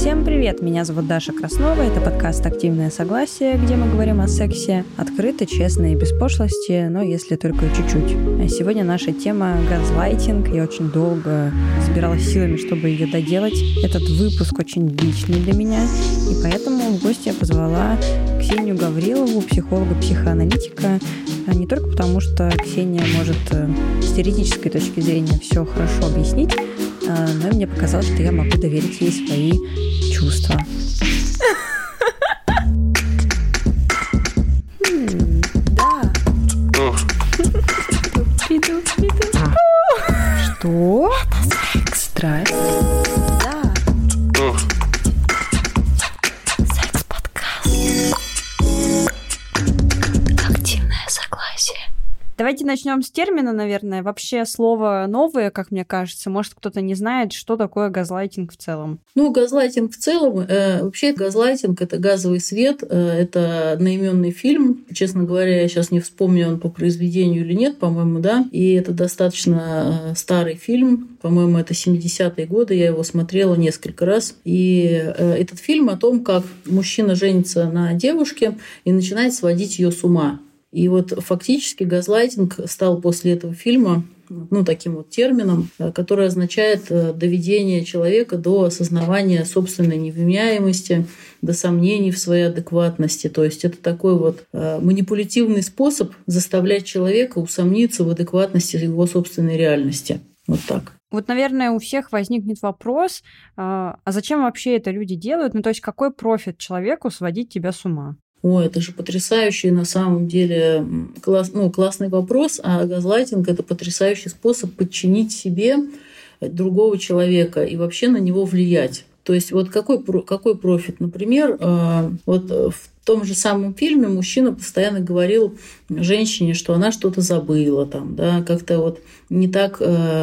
Всем привет, меня зовут Даша Краснова, это подкаст «Активное согласие», где мы говорим о сексе открыто, честно и без пошлости, но если только чуть-чуть. Сегодня наша тема — газлайтинг. Я очень долго собиралась силами, чтобы ее доделать. Этот выпуск очень личный для меня, и поэтому в гости я позвала Ксению Гаврилову, психолога-психоаналитика, не только потому, что Ксения может с теоретической точки зрения все хорошо объяснить, но мне показалось, что я могу доверить ей свои чувства. Да. Что? Страсть. Да. Секс-подкаст. Активное согласие. Давайте начнем с термина, наверное. Вообще слово новое, как мне кажется. Может, кто-то не знает, что такое газлайтинг в целом. Газлайтинг в целом, вообще газлайтинг — это газовый свет, это одноименный фильм. Честно говоря, я сейчас не вспомню, он по произведению или нет, по-моему, да. И это достаточно старый фильм, по-моему, это 70-е годы, я его смотрела несколько раз. И этот фильм о том, как мужчина женится на девушке и начинает сводить ее с ума. И вот фактически газлайтинг стал после этого фильма таким вот термином, который означает доведение человека до осознавания собственной невменяемости, до сомнений в своей адекватности. То есть это такой вот манипулятивный способ заставлять человека усомниться в адекватности его собственной реальности. Вот так. Вот, наверное, у всех возникнет вопрос, а зачем вообще это люди делают? То есть какой профит человеку сводить тебя с ума? Это же потрясающий на самом деле классный вопрос. А газлайтинг — это потрясающий способ подчинить себе другого человека и вообще на него влиять. То есть вот какой профит? Например, вот в том же самом фильме мужчина постоянно говорил женщине, что она что-то забыла, как-то вот не так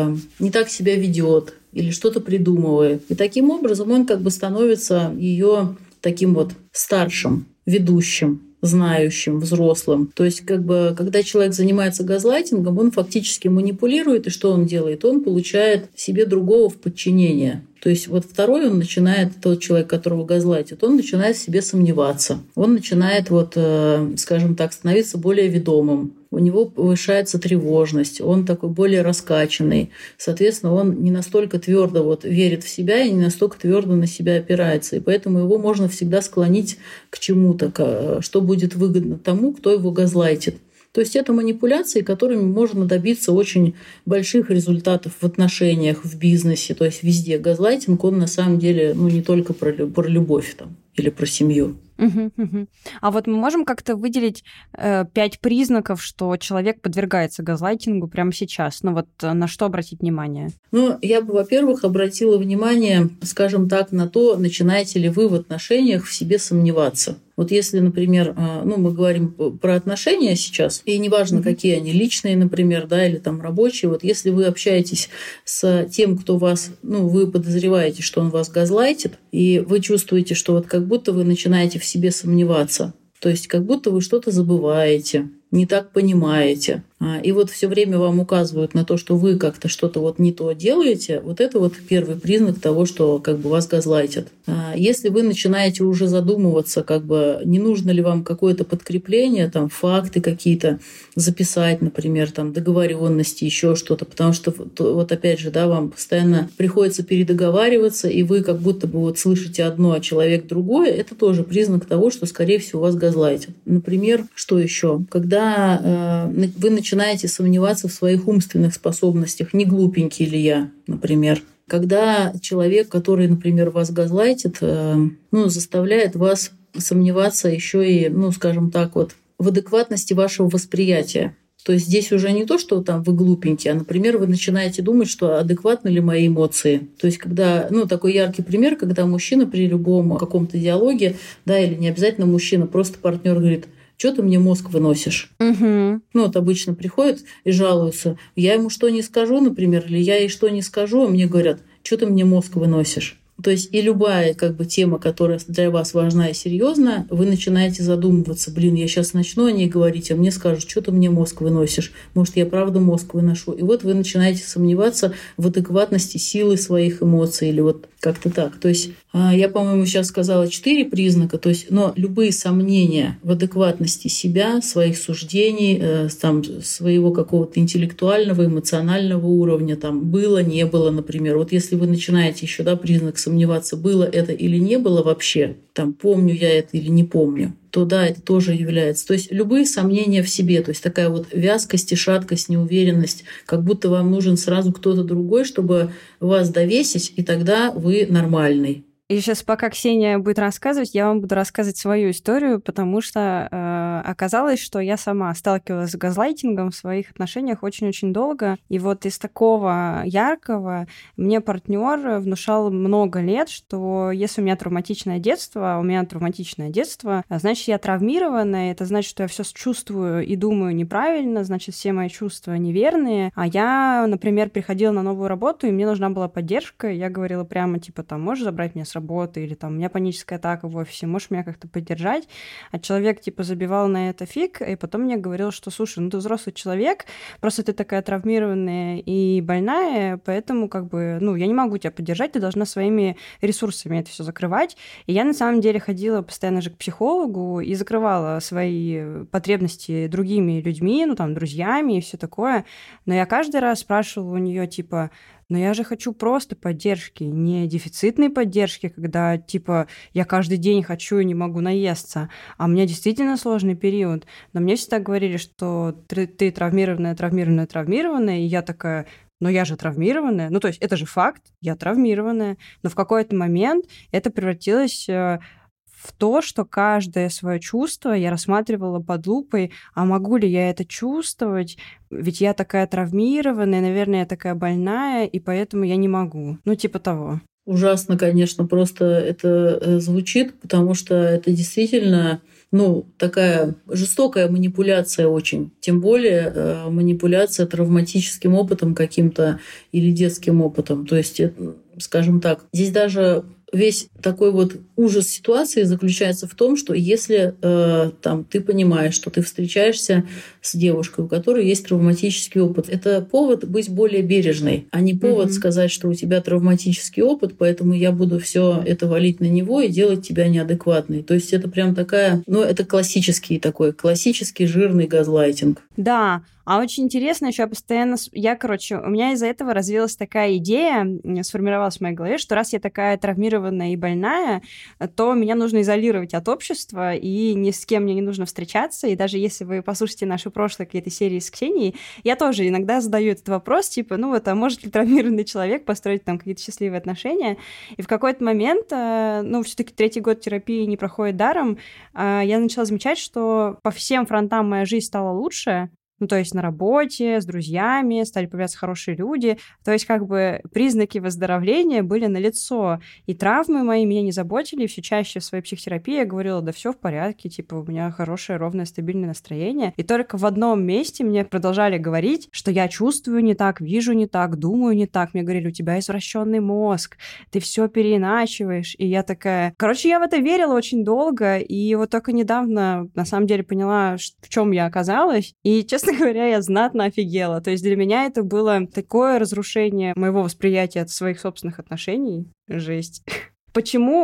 себя ведет или что-то придумывает. И таким образом он становится ее таким вот старшим, ведущим, знающим, взрослым. То есть, когда человек занимается газлайтингом, он фактически манипулирует, и что он делает? Он получает себе другого в подчинение. То есть тот человек, которого газлайтит, он начинает в себе сомневаться. Он начинает, становиться более ведомым. У него повышается тревожность, он такой более раскачанный. Соответственно, он не настолько твердо верит в себя и не настолько твердо на себя опирается. И поэтому его можно всегда склонить к чему-то, что будет выгодно тому, кто его газлайтит. То есть это манипуляции, которыми можно добиться очень больших результатов в отношениях, в бизнесе, то есть везде. Газлайтинг, он на самом деле не только про любовь или про семью. А вот мы можем как-то выделить 5 признаков, что человек подвергается газлайтингу прямо сейчас? На что обратить внимание? Я бы, во-первых, обратила внимание, скажем так, на то, начинаете ли вы в отношениях в себе сомневаться. Вот если, например, мы говорим про отношения сейчас, и неважно, какие они, личные, например, или рабочие, вот если вы общаетесь с тем, кто вас, вы подозреваете, что он вас газлайтит, и вы чувствуете, что как будто вы начинаете в себе сомневаться, то есть как будто вы что-то забываете, не так понимаете, и все время вам указывают на то, что вы как-то что-то не то делаете, это первый признак того, что вас газлайтят. Если вы начинаете уже задумываться, не нужно ли вам какое-то подкрепление, факты какие-то записать, например, договоренности, еще что-то, потому что опять же, вам постоянно приходится передоговариваться, и вы как будто бы слышите одно, а человек другое, это тоже признак того, что, скорее всего, вас газлайтят. Например, что еще? Когда вы начинаете сомневаться в своих умственных способностях, не глупенький ли я, например. Когда человек, который, например, вас газлайтит, заставляет вас сомневаться еще и, в адекватности вашего восприятия. То есть здесь уже не то, что вы глупенький, а, например, вы начинаете думать, что адекватны ли мои эмоции. То есть когда, такой яркий пример, когда мужчина при любом каком-то диалоге, или не обязательно мужчина, просто партнер говорит: что ты мне мозг выносишь? Обычно приходят и жалуются. Я ему что не скажу, например, или я ей что не скажу, а мне говорят: что ты мне мозг выносишь? То есть и любая как бы тема, которая для вас важна и серьезная, вы начинаете задумываться: блин, я сейчас начну о ней говорить, а мне скажут, что ты мне мозг выносишь, может, я правда мозг выношу. И вот вы начинаете сомневаться в адекватности силы своих эмоций или вот как-то так. То есть я, по-моему, сейчас сказала 4 признака, то есть, но любые сомнения в адекватности себя, своих суждений, там, своего какого-то интеллектуального, эмоционального уровня, там, было, не было, например. Вот если вы начинаете еще, да, признак сомневаться, было это или не было вообще, там, помню я это или не помню, то да, это тоже является. То есть любые сомнения в себе, то есть такая вот вязкость и шаткость, неуверенность, как будто вам нужен сразу кто-то другой, чтобы вас довесить, и тогда вы нормальный. И сейчас, пока Ксения будет рассказывать, я вам буду рассказывать свою историю, потому что оказалось, что я сама сталкивалась с газлайтингом в своих отношениях очень-очень долго. И вот из такого яркого мне партнер внушал много лет, что если у меня травматичное детство, значит, я травмированная, это значит, что я все чувствую и думаю неправильно, значит, все мои чувства неверные. А я, например, приходила на новую работу, и мне нужна была поддержка, и я говорила прямо, типа, там, можешь забрать меня с работы, или там у меня паническая атака в офисе, можешь меня как-то поддержать? А человек типа забивал на это фиг, и потом мне говорил, что слушай, ну ты взрослый человек, просто ты такая травмированная и больная, поэтому как бы, ну, я не могу тебя поддержать, ты должна своими ресурсами это все закрывать. И я на самом деле ходила постоянно же к психологу и закрывала свои потребности другими людьми, ну там, друзьями и все такое. Но я каждый раз спрашивала у нее типа, но я же хочу просто поддержки, не дефицитной поддержки, когда, типа, я каждый день хочу и не могу наесться, а у меня действительно сложный период. Но мне всегда говорили, что ты травмированная, и я такая, но я же травмированная. Ну, то есть это же факт, я травмированная. Но в какой-то момент это превратилось в то, что каждое свое чувство я рассматривала под лупой, а могу ли я это чувствовать? Ведь я такая травмированная, наверное, я такая больная, и поэтому я не могу. Ну, типа того. Ужасно, конечно, просто это звучит, потому что это действительно, ну, такая жестокая манипуляция очень. Тем более манипуляция травматическим опытом каким-то или детским опытом. То есть, скажем так, здесь даже весь такой вот ужас ситуации заключается в том, что если там, ты понимаешь, что ты встречаешься с девушкой, у которой есть травматический опыт, это повод быть более бережной, а не повод сказать, что у тебя травматический опыт, поэтому я буду все это валить на него и делать тебя неадекватной. То есть это прям такая, ну, это классический жирный газлайтинг. Да, а очень интересно еще постоянно... у меня из-за этого развилась такая идея, сформировалась в моей голове, что раз я такая травмированная и больная, то меня нужно изолировать от общества, и ни с кем мне не нужно встречаться. И даже если вы послушаете наши прошлые какие-то серии с Ксенией, я тоже иногда задаю этот вопрос, типа, ну вот, а может ли травмированный человек построить там какие-то счастливые отношения? И в какой-то момент, все-таки 3-й год терапии не проходит даром, я начала замечать, что по всем фронтам моя жизнь стала лучше. Ну, то есть на работе, с друзьями, стали появляться хорошие люди. То есть как бы признаки выздоровления были налицо. И травмы мои меня не заботили. И все чаще в своей психотерапии я говорила, да все в порядке, типа у меня хорошее, ровное, стабильное настроение. И только в одном месте мне продолжали говорить, что я чувствую не так, вижу не так, думаю не так. Мне говорили, у тебя извращенный мозг, ты все переиначиваешь. И я такая... Короче, я в это верила очень долго. И вот только недавно на самом деле поняла, в чем я оказалась. И, честно говоря, я знатно офигела. То есть для меня это было такое разрушение моего восприятия от своих собственных отношений. Жесть. Почему,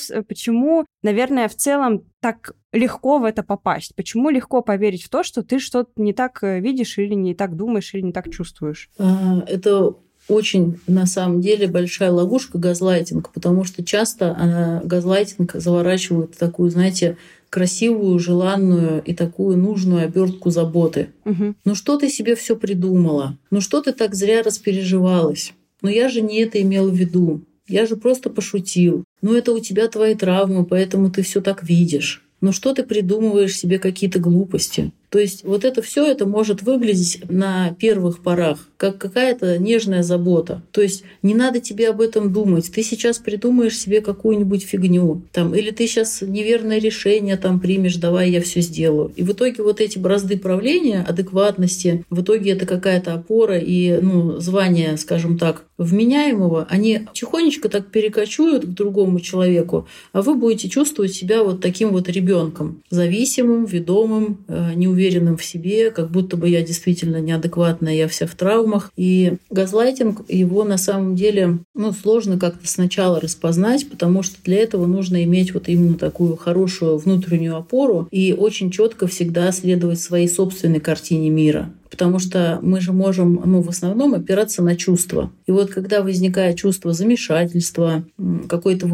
наверное, в целом так легко в это попасть? Почему легко поверить в то, что ты что-то не так видишь или не так думаешь, или не так чувствуешь? Это очень, на самом деле, большая ловушка газлайтинг, потому что часто газлайтинг заворачивают в такую, знаете, красивую, желанную и такую нужную обертку заботы. Ну что ты себе все придумала? Ну что ты так зря распереживалась? Ну я же не это имел в виду. Я же просто пошутил. Ну это у тебя твои травмы, поэтому ты все так видишь. Ну что ты придумываешь себе какие-то глупости? То есть вот это все это может выглядеть на первых порах как какая-то нежная забота. То есть не надо тебе об этом думать. Ты сейчас придумаешь себе какую-нибудь фигню, там, или ты сейчас неверное решение там примешь, давай я все сделаю. И в итоге вот эти бразды правления, адекватности, в итоге это какая-то опора и звание, скажем так, вменяемого, они тихонечко так перекочуют к другому человеку, а вы будете чувствовать себя вот таким вот ребенком, зависимым, ведомым, неуверенным в себе, как будто бы я действительно неадекватная, я вся в травмах. И газлайтинг, его на самом деле сложно как-то сначала распознать, потому что для этого нужно иметь вот именно такую хорошую внутреннюю опору и очень четко всегда следовать своей собственной картине мира. Потому что мы же можем, в основном опираться на чувства. И вот когда возникает чувство замешательства, какой-то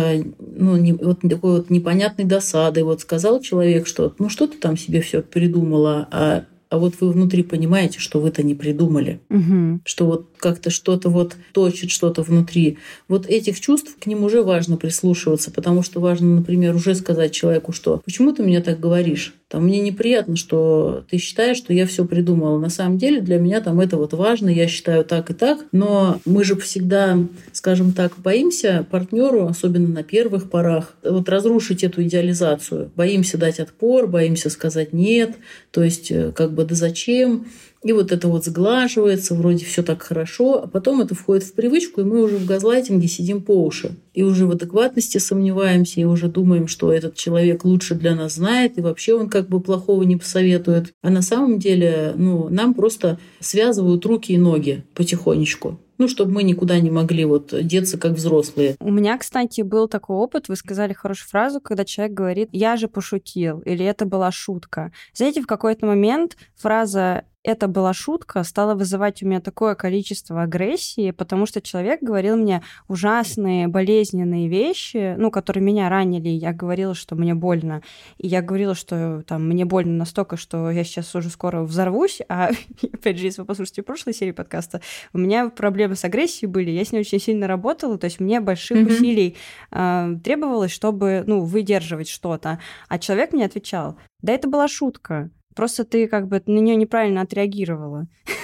такой вот непонятной досады, вот сказал человек, что что ты там себе все придумала, а вот вы внутри понимаете, что вы-то не придумали, что вот как-то что-то вот точит что-то внутри. Вот этих чувств, к ним уже важно прислушиваться, потому что важно, например, уже сказать человеку, что «почему ты мне так говоришь? Мне неприятно, что ты считаешь, что я все придумала. На самом деле для меня это вот важно, я считаю так и так». Но мы же всегда, скажем так, боимся партнеру, особенно на первых порах, вот разрушить эту идеализацию. Боимся дать отпор, боимся сказать «нет», то есть да зачем? И вот это вот сглаживается, вроде все так хорошо, а потом это входит в привычку, и мы уже в газлайтинге сидим по уши. И уже в адекватности сомневаемся, и уже думаем, что этот человек лучше для нас знает, и вообще он плохого не посоветует. А на самом деле, нам просто связывают руки и ноги потихонечку. Чтобы мы никуда не могли деться как взрослые. У меня, кстати, был такой опыт, вы сказали хорошую фразу, когда человек говорит «я же пошутил» или «это была шутка». Знаете, в какой-то момент фраза «это была шутка» стала вызывать у меня такое количество агрессии, потому что человек говорил мне ужасные, болезненные вещи, которые меня ранили, и я говорила, что мне больно. И я говорила, что мне больно настолько, что я сейчас уже скоро взорвусь, а опять же, если вы послушаете прошлой серии подкаста, у меня проблемы с агрессией были, я с ней очень сильно работала, то есть мне больших усилий требовалось, чтобы, выдерживать что-то. А человек мне отвечал: да это была шутка, просто ты на нее неправильно отреагировала.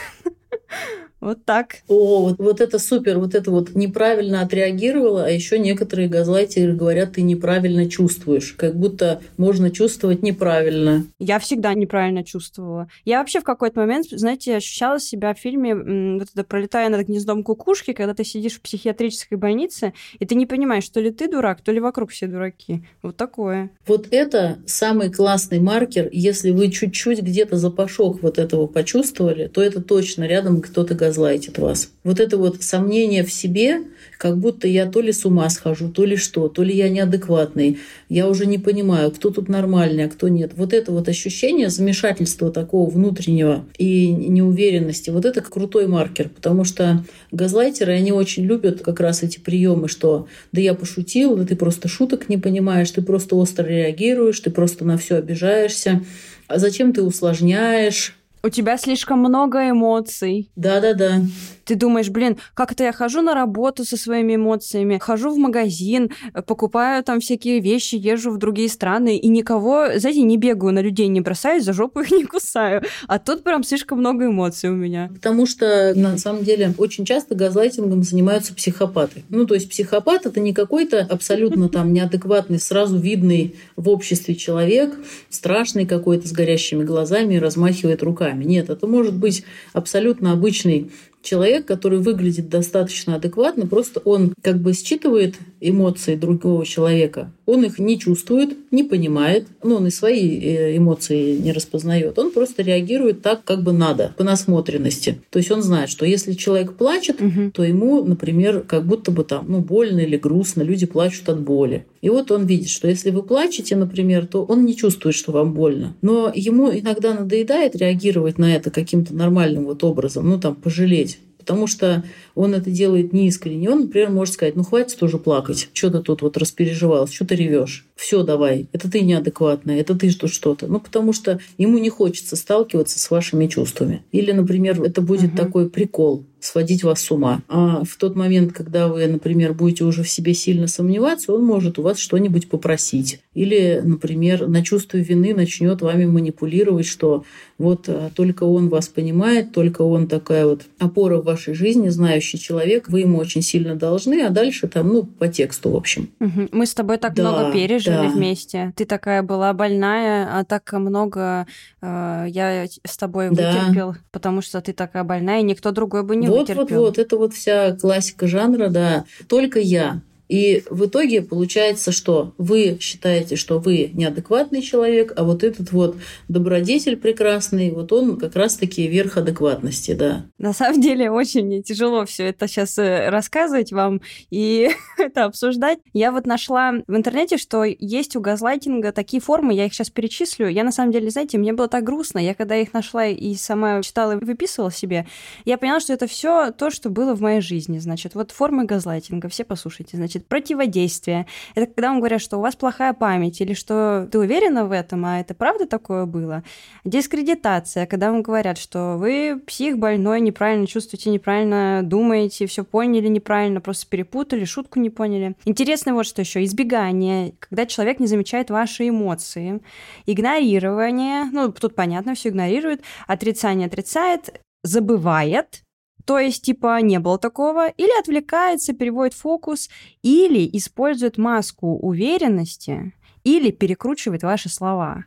Вот так. Вот это супер, вот это вот неправильно отреагировала, а еще некоторые газлайтеры говорят, ты неправильно чувствуешь, как будто можно чувствовать неправильно. Я всегда неправильно чувствовала. Я вообще в какой-то момент, знаете, ощущала себя в фильме вот это «Пролетая над гнездом кукушки», когда ты сидишь в психиатрической больнице, и ты не понимаешь, то ли ты дурак, то ли вокруг все дураки. Вот такое. Вот это самый классный маркер. Если вы чуть-чуть где-то запашок вот этого почувствовали, то это точно рядом кто-то газлайтит вас. Вот это вот сомнение в себе, как будто я то ли с ума схожу, то ли что, то ли я неадекватный, я уже не понимаю, кто тут нормальный, а кто нет. Вот это вот ощущение замешательства такого внутреннего и неуверенности, вот это крутой маркер, потому что газлайтеры, они очень любят как раз эти приемы, что да я пошутил, да ты просто шуток не понимаешь, ты просто остро реагируешь, ты просто на все обижаешься, а зачем ты усложняешь? У тебя слишком много эмоций. Да-да-да. Ты думаешь, как это я хожу на работу со своими эмоциями, хожу в магазин, покупаю там всякие вещи, езжу в другие страны и никого, знаете, не бегаю на людей, не бросаюсь, за жопу их не кусаю. А тут прям слишком много эмоций у меня. Потому что, на самом деле, очень часто газлайтингом занимаются психопаты. То есть психопат — это не какой-то абсолютно неадекватный, сразу видный в обществе человек, страшный какой-то, с горящими глазами и размахивает руками. Нет, это может быть абсолютно обычный человек, который выглядит достаточно адекватно, просто он считывает эмоции другого человека, он их не чувствует, не понимает, он и свои эмоции не распознает, он просто реагирует так, как бы надо, по насмотренности. То есть он знает, что если человек плачет, то ему, например, как будто бы больно или грустно, люди плачут от боли. И вот он видит, что если вы плачете, например, то он не чувствует, что вам больно. Но ему иногда надоедает реагировать на это каким-то нормальным образом, пожалеть. Потому что он это делает неискренне. Он, например, может сказать: хватит тоже плакать, что ты тут распереживалась, что ты ревешь. Все, давай, это ты неадекватная, это ты что-то. Потому что ему не хочется сталкиваться с вашими чувствами. Или, например, это будет такой прикол. сводить вас с ума. А в тот момент, когда вы, например, будете уже в себе сильно сомневаться, он может у вас что-нибудь попросить. Или, например, на чувство вины начнет вами манипулировать, что вот только он вас понимает, только он такая вот опора в вашей жизни, знающий человек, вы ему очень сильно должны, а дальше там, по тексту, в общем. Мы с тобой так много пережили вместе. Ты такая была больная, а так много я с тобой вытерпел, потому что ты такая больная, и никто другой бы не вытерпел. Вот, это вот вся классика жанра, да. Только я. И в итоге получается, что вы считаете, что вы неадекватный человек, а вот этот вот добродетель прекрасный, вот он как раз-таки верх адекватности, да. На самом деле очень тяжело все это сейчас рассказывать вам и это обсуждать. Я вот нашла в интернете, что есть у газлайтинга такие формы, я их сейчас перечислю. Я на самом деле, знаете, мне было так грустно. Я когда их нашла и сама читала и выписывала себе, я поняла, что это все то, что было в моей жизни. Значит, вот формы газлайтинга, все послушайте. Значит, противодействие. Это когда вам говорят, что у вас плохая память или что ты уверена в этом, а это правда такое было. Дискредитация, когда вам говорят, что вы псих больной, неправильно чувствуете, неправильно думаете, все поняли неправильно, просто перепутали, шутку не поняли. Интересно вот что еще. Избегание, когда человек не замечает ваши эмоции. Игнорирование, тут понятно, все игнорирует. Отрицание отрицает, забывает. То есть, типа, не было такого, или отвлекается, переводит фокус, или использует маску уверенности, или перекручивает ваши слова.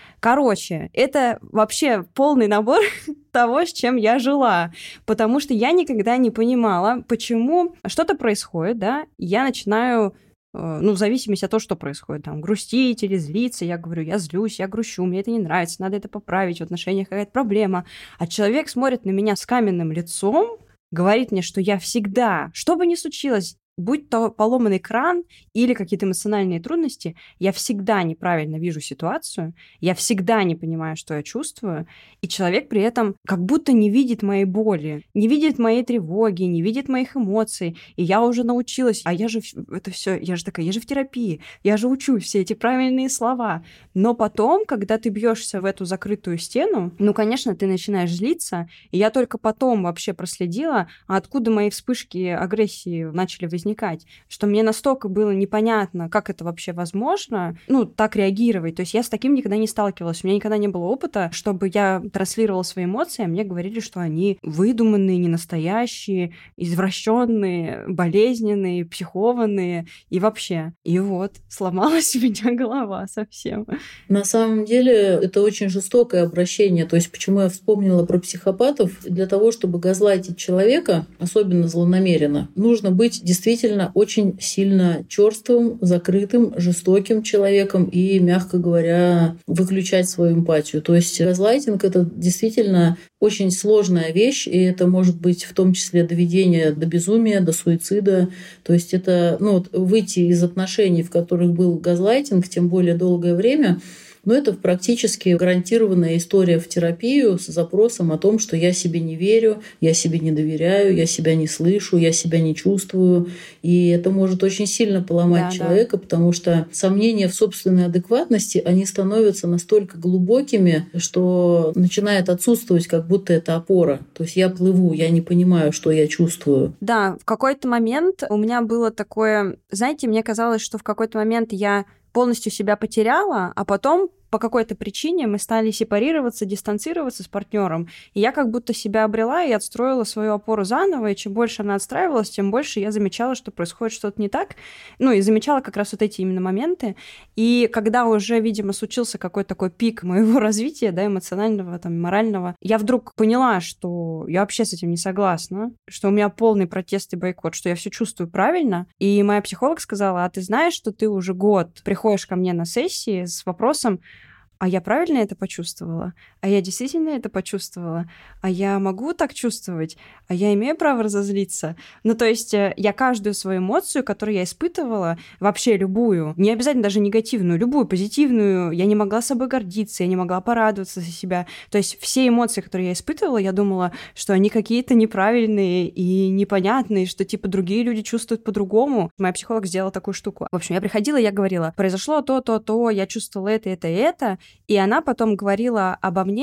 Короче, это вообще полный набор того, с чем я жила, потому что я никогда не понимала, почему что-то происходит, да, я начинаю... в зависимости от того, что происходит, там, грустить или злиться, я говорю, я злюсь, я грущу, мне это не нравится, надо это поправить, в отношениях какая-то проблема. А человек смотрит на меня с каменным лицом, говорит мне, что я всегда, что бы ни случилось, будь то поломанный кран или какие-то эмоциональные трудности, я всегда неправильно вижу ситуацию, я всегда не понимаю, что я чувствую, и человек при этом как будто не видит моей боли, не видит моей тревоги, не видит моих эмоций, и я уже научилась, а я же это все, я же в терапии, я же учу все эти правильные слова, но потом, когда ты бьешься в эту закрытую стену, конечно, ты начинаешь злиться, и я только потом вообще проследила, откуда мои вспышки агрессии начали возникать, что мне настолько было непонятно, как это вообще возможно, так реагировать. То есть я с таким никогда не сталкивалась. У меня никогда не было опыта, чтобы я транслировала свои эмоции, а мне говорили, что они выдуманные, ненастоящие, извращенные, болезненные, психованные и вообще. И вот сломалась у меня голова совсем. На самом деле это очень жестокое обращение. То есть почему я вспомнила про психопатов? Для того, чтобы газлайтить человека, особенно злонамеренно, нужно быть действительно очень сильно чёрствым, закрытым, жестоким человеком и, мягко говоря, выключать свою эмпатию. То есть газлайтинг — это действительно очень сложная вещь, и это может быть в том числе доведение до безумия, до суицида. То есть это выйти из отношений, в которых был газлайтинг, тем более долгое время, но это практически гарантированная история в терапию с запросом о том, что я себе не верю, я себе не доверяю, я себя не слышу, я себя не чувствую. И это может очень сильно поломать человека, потому что сомнения в собственной адекватности, они становятся настолько глубокими, что начинает отсутствовать как будто это опора. То есть я плыву, я не понимаю, что я чувствую. Да, в какой-то момент у меня было такое... Знаете, мне казалось, что в какой-то момент я полностью себя потеряла, а потом по какой-то причине мы стали сепарироваться, дистанцироваться с партнером, и я как будто себя обрела и отстроила свою опору заново, и чем больше она отстраивалась, тем больше я замечала, что происходит что-то не так, и замечала как раз вот эти именно моменты, и когда уже, видимо, случился какой-то такой пик моего развития, эмоционального, морального, я вдруг поняла, что я вообще с этим не согласна, что у меня полный протест и бойкот, что я все чувствую правильно, и моя психолог сказала, а ты знаешь, что ты уже год приходишь ко мне на сессии с вопросом, а я правильно это почувствовала? А я действительно это почувствовала? А я могу так чувствовать? А я имею право разозлиться? То есть я каждую свою эмоцию, которую я испытывала, вообще любую, не обязательно даже негативную, любую позитивную, я не могла собой гордиться, я не могла порадоваться за себя. То есть все эмоции, которые я испытывала, я думала, что они какие-то неправильные и непонятные, что другие люди чувствуют по-другому. Моя психолог сделала такую штуку. В общем, я приходила, я говорила, произошло то, я чувствовала это, и она потом говорила обо мне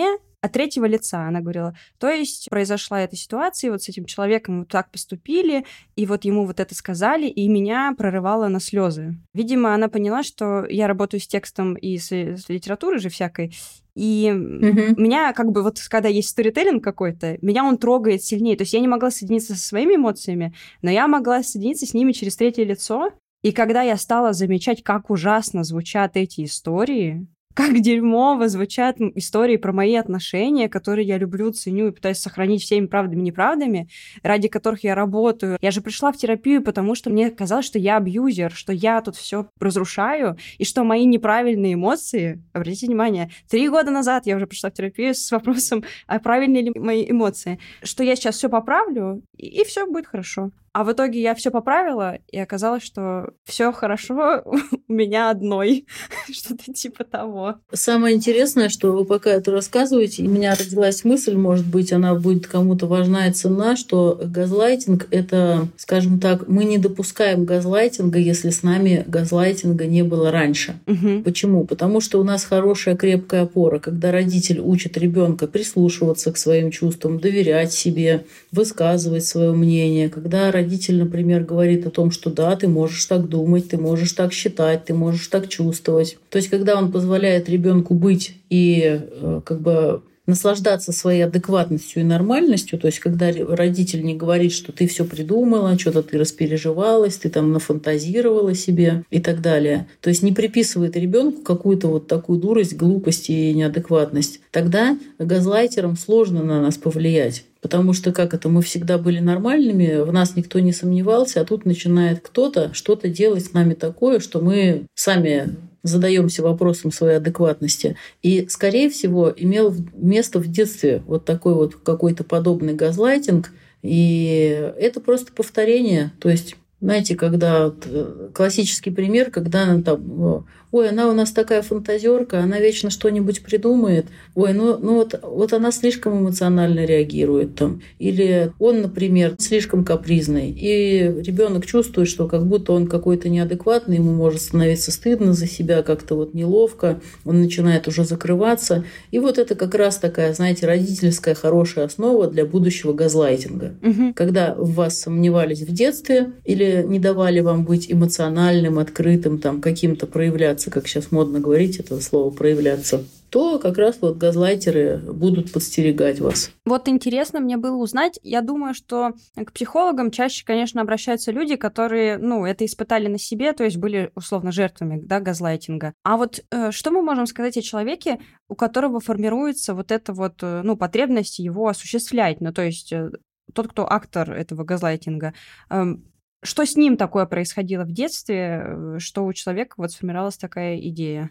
от третьего лица. Она говорила, то есть произошла эта ситуация, вот с этим человеком вот так поступили, и вот ему вот это сказали, и меня прорывало на слезы. Видимо, она поняла, что я работаю с текстом и с литературой же всякой, и меня как бы вот, когда есть сторителлинг какой-то, меня он трогает сильнее. То есть я не могла соединиться со своими эмоциями, но я могла соединиться с ними через третье лицо. И когда я стала замечать, как ужасно звучат эти истории, как дерьмово звучат истории про мои отношения, которые я люблю, ценю и пытаюсь сохранить всеми правдами и неправдами, ради которых я работаю. Я же пришла в терапию, потому что мне казалось, что я абьюзер, что я тут все разрушаю, и что мои неправильные эмоции... Обратите внимание, 3 года назад я уже пришла в терапию с вопросом, а правильные ли мои эмоции, что я сейчас все поправлю, и все будет хорошо. А в итоге я все поправила, и оказалось, что все хорошо у меня одной. Что-то типа того. Самое интересное, что вы пока это рассказываете, у меня родилась мысль, может быть, она будет кому-то важна и ценна, что газлайтинг — это, скажем так, мы не допускаем газлайтинга, если с нами газлайтинга не было раньше. Почему? Потому что у нас хорошая крепкая опора, когда родитель учит ребенка прислушиваться к своим чувствам, доверять себе, высказывать свое мнение, когда родитель, например, говорит о том, что да, ты можешь так думать, ты можешь так считать, ты можешь так чувствовать. То есть, когда он позволяет ребенку быть и как бы наслаждаться своей адекватностью и нормальностью, то есть когда родитель не говорит, что ты все придумала, что-то ты распереживалась, ты там нафантазировала себе и так далее. То есть не приписывает ребенку какую-то вот такую дурость, глупость и неадекватность. Тогда газлайтерам сложно на нас повлиять. Потому что мы всегда были нормальными, в нас никто не сомневался, а тут начинает кто-то что-то делать с нами такое, что мы сами задаемся вопросом своей адекватности. И, скорее всего, имел место в детстве вот такой вот какой-то подобный газлайтинг. И это просто повторение. То есть, знаете, когда классический пример, когда она там... Ой, она у нас такая фантазерка, она вечно что-нибудь придумает. Ой, вот она слишком эмоционально реагирует там. Или он, например, слишком капризный. И ребенок чувствует, что как будто он какой-то неадекватный, ему может становиться стыдно за себя, как-то вот неловко, он начинает уже закрываться. И вот это как раз такая, знаете, родительская хорошая основа для будущего газлайтинга. Когда в вас сомневались в детстве или не давали вам быть эмоциональным, открытым, там, каким-то проявляться, как сейчас модно говорить это слово «проявляться», то как раз вот газлайтеры будут подстерегать вас. Вот интересно мне было узнать. Я думаю, что к психологам чаще, конечно, обращаются люди, которые, это испытали на себе, то есть были условно жертвами, да, газлайтинга. А вот что мы можем сказать о человеке, у которого формируется вот эта вот, потребность его осуществлять? То есть тот, кто актор этого газлайтинга, что с ним такое происходило в детстве, что у человека вот сформировалась такая идея?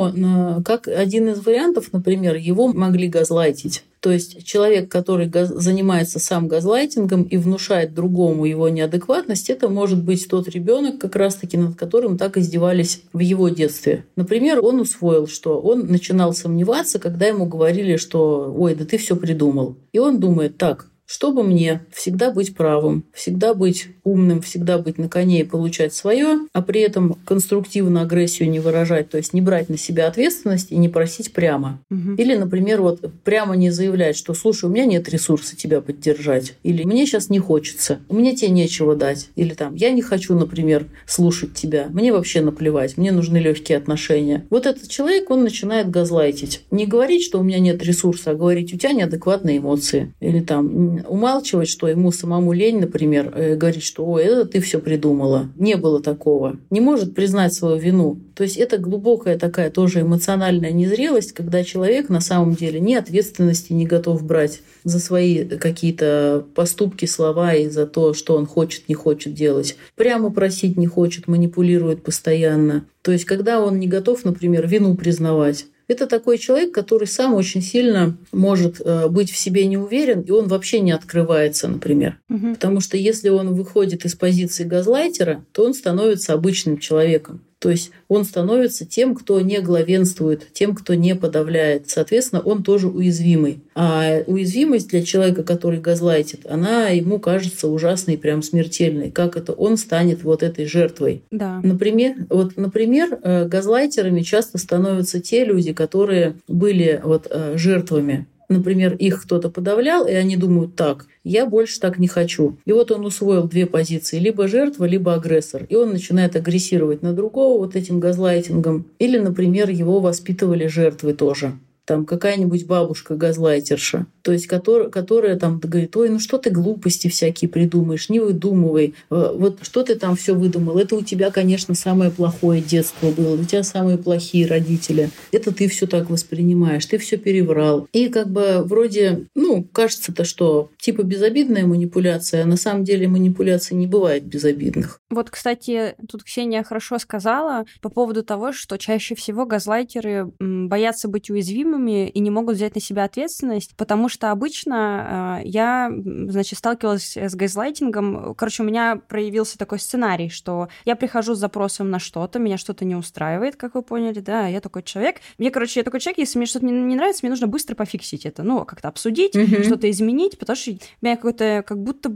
Как один из вариантов, например, его могли газлайтить. То есть человек, который занимается сам газлайтингом и внушает другому его неадекватность, это может быть тот ребенок, как раз-таки над которым так издевались в его детстве. Например, он усвоил, что он начинал сомневаться, когда ему говорили, что «Ой, да ты все придумал». И он думает так: чтобы мне всегда быть правым, всегда быть умным, всегда быть на коне и получать свое, а при этом конструктивно агрессию не выражать, то есть не брать на себя ответственность и не просить прямо. Или, например, прямо не заявлять, что «слушай, у меня нет ресурса тебя поддержать», или «мне сейчас не хочется, мне тебе нечего дать», или там «я не хочу, например, слушать тебя, мне вообще наплевать, мне нужны легкие отношения». Вот этот человек, он начинает газлайтить. Не говорить, что «у меня нет ресурса», а говорить «у тебя неадекватные эмоции», или там умалчивать, что ему самому лень, например, говорить, что «ой, это ты все придумала». Не было такого. Не может признать свою вину. То есть это глубокая такая тоже эмоциональная незрелость, когда человек на самом деле ни ответственности не готов брать за свои какие-то поступки, слова и за то, что он хочет, не хочет делать. Прямо просить не хочет, манипулирует постоянно. То есть когда он не готов, например, вину признавать. Это такой человек, который сам очень сильно может быть в себе не уверен, и он вообще не открывается, например. Потому что если он выходит из позиции газлайтера, то он становится обычным человеком. То есть он становится тем, кто не главенствует, тем, кто не подавляет. Соответственно, он тоже уязвимый. А уязвимость для человека, который газлайтит, она ему кажется ужасной, прям смертельной. Как это он станет вот этой жертвой? Да. Например, газлайтерами часто становятся те люди, которые были жертвами. например, их кто-то подавлял, и они думают: так, я больше так не хочу. И вот он усвоил две позиции: либо жертва, либо агрессор. И он начинает агрессировать на другого вот этим газлайтингом. Или, например, его воспитывали жертвой тоже. Там какая-нибудь бабушка-газлайтерша, то есть которая там говорит: ой, ну что ты глупости всякие придумаешь, не выдумывай, вот что ты там все выдумал, это у тебя, конечно, самое плохое детство было, у тебя самые плохие родители, это ты все так воспринимаешь, ты все переврал. И как бы вроде, кажется-то, что типа безобидная манипуляция, а на самом деле манипуляций не бывает безобидных. Вот, кстати, тут Ксения хорошо сказала по поводу того, что чаще всего газлайтеры боятся быть уязвимыми и не могут взять на себя ответственность, потому что обычно я, сталкивалась с газлайтингом. Короче, у меня проявился такой сценарий, что я прихожу с запросом на что-то, меня что-то не устраивает, как вы поняли, да, я такой человек. Я такой человек, если мне что-то не нравится, мне нужно быстро пофиксить это, как-то обсудить, что-то изменить, потому что у меня какой-то как будто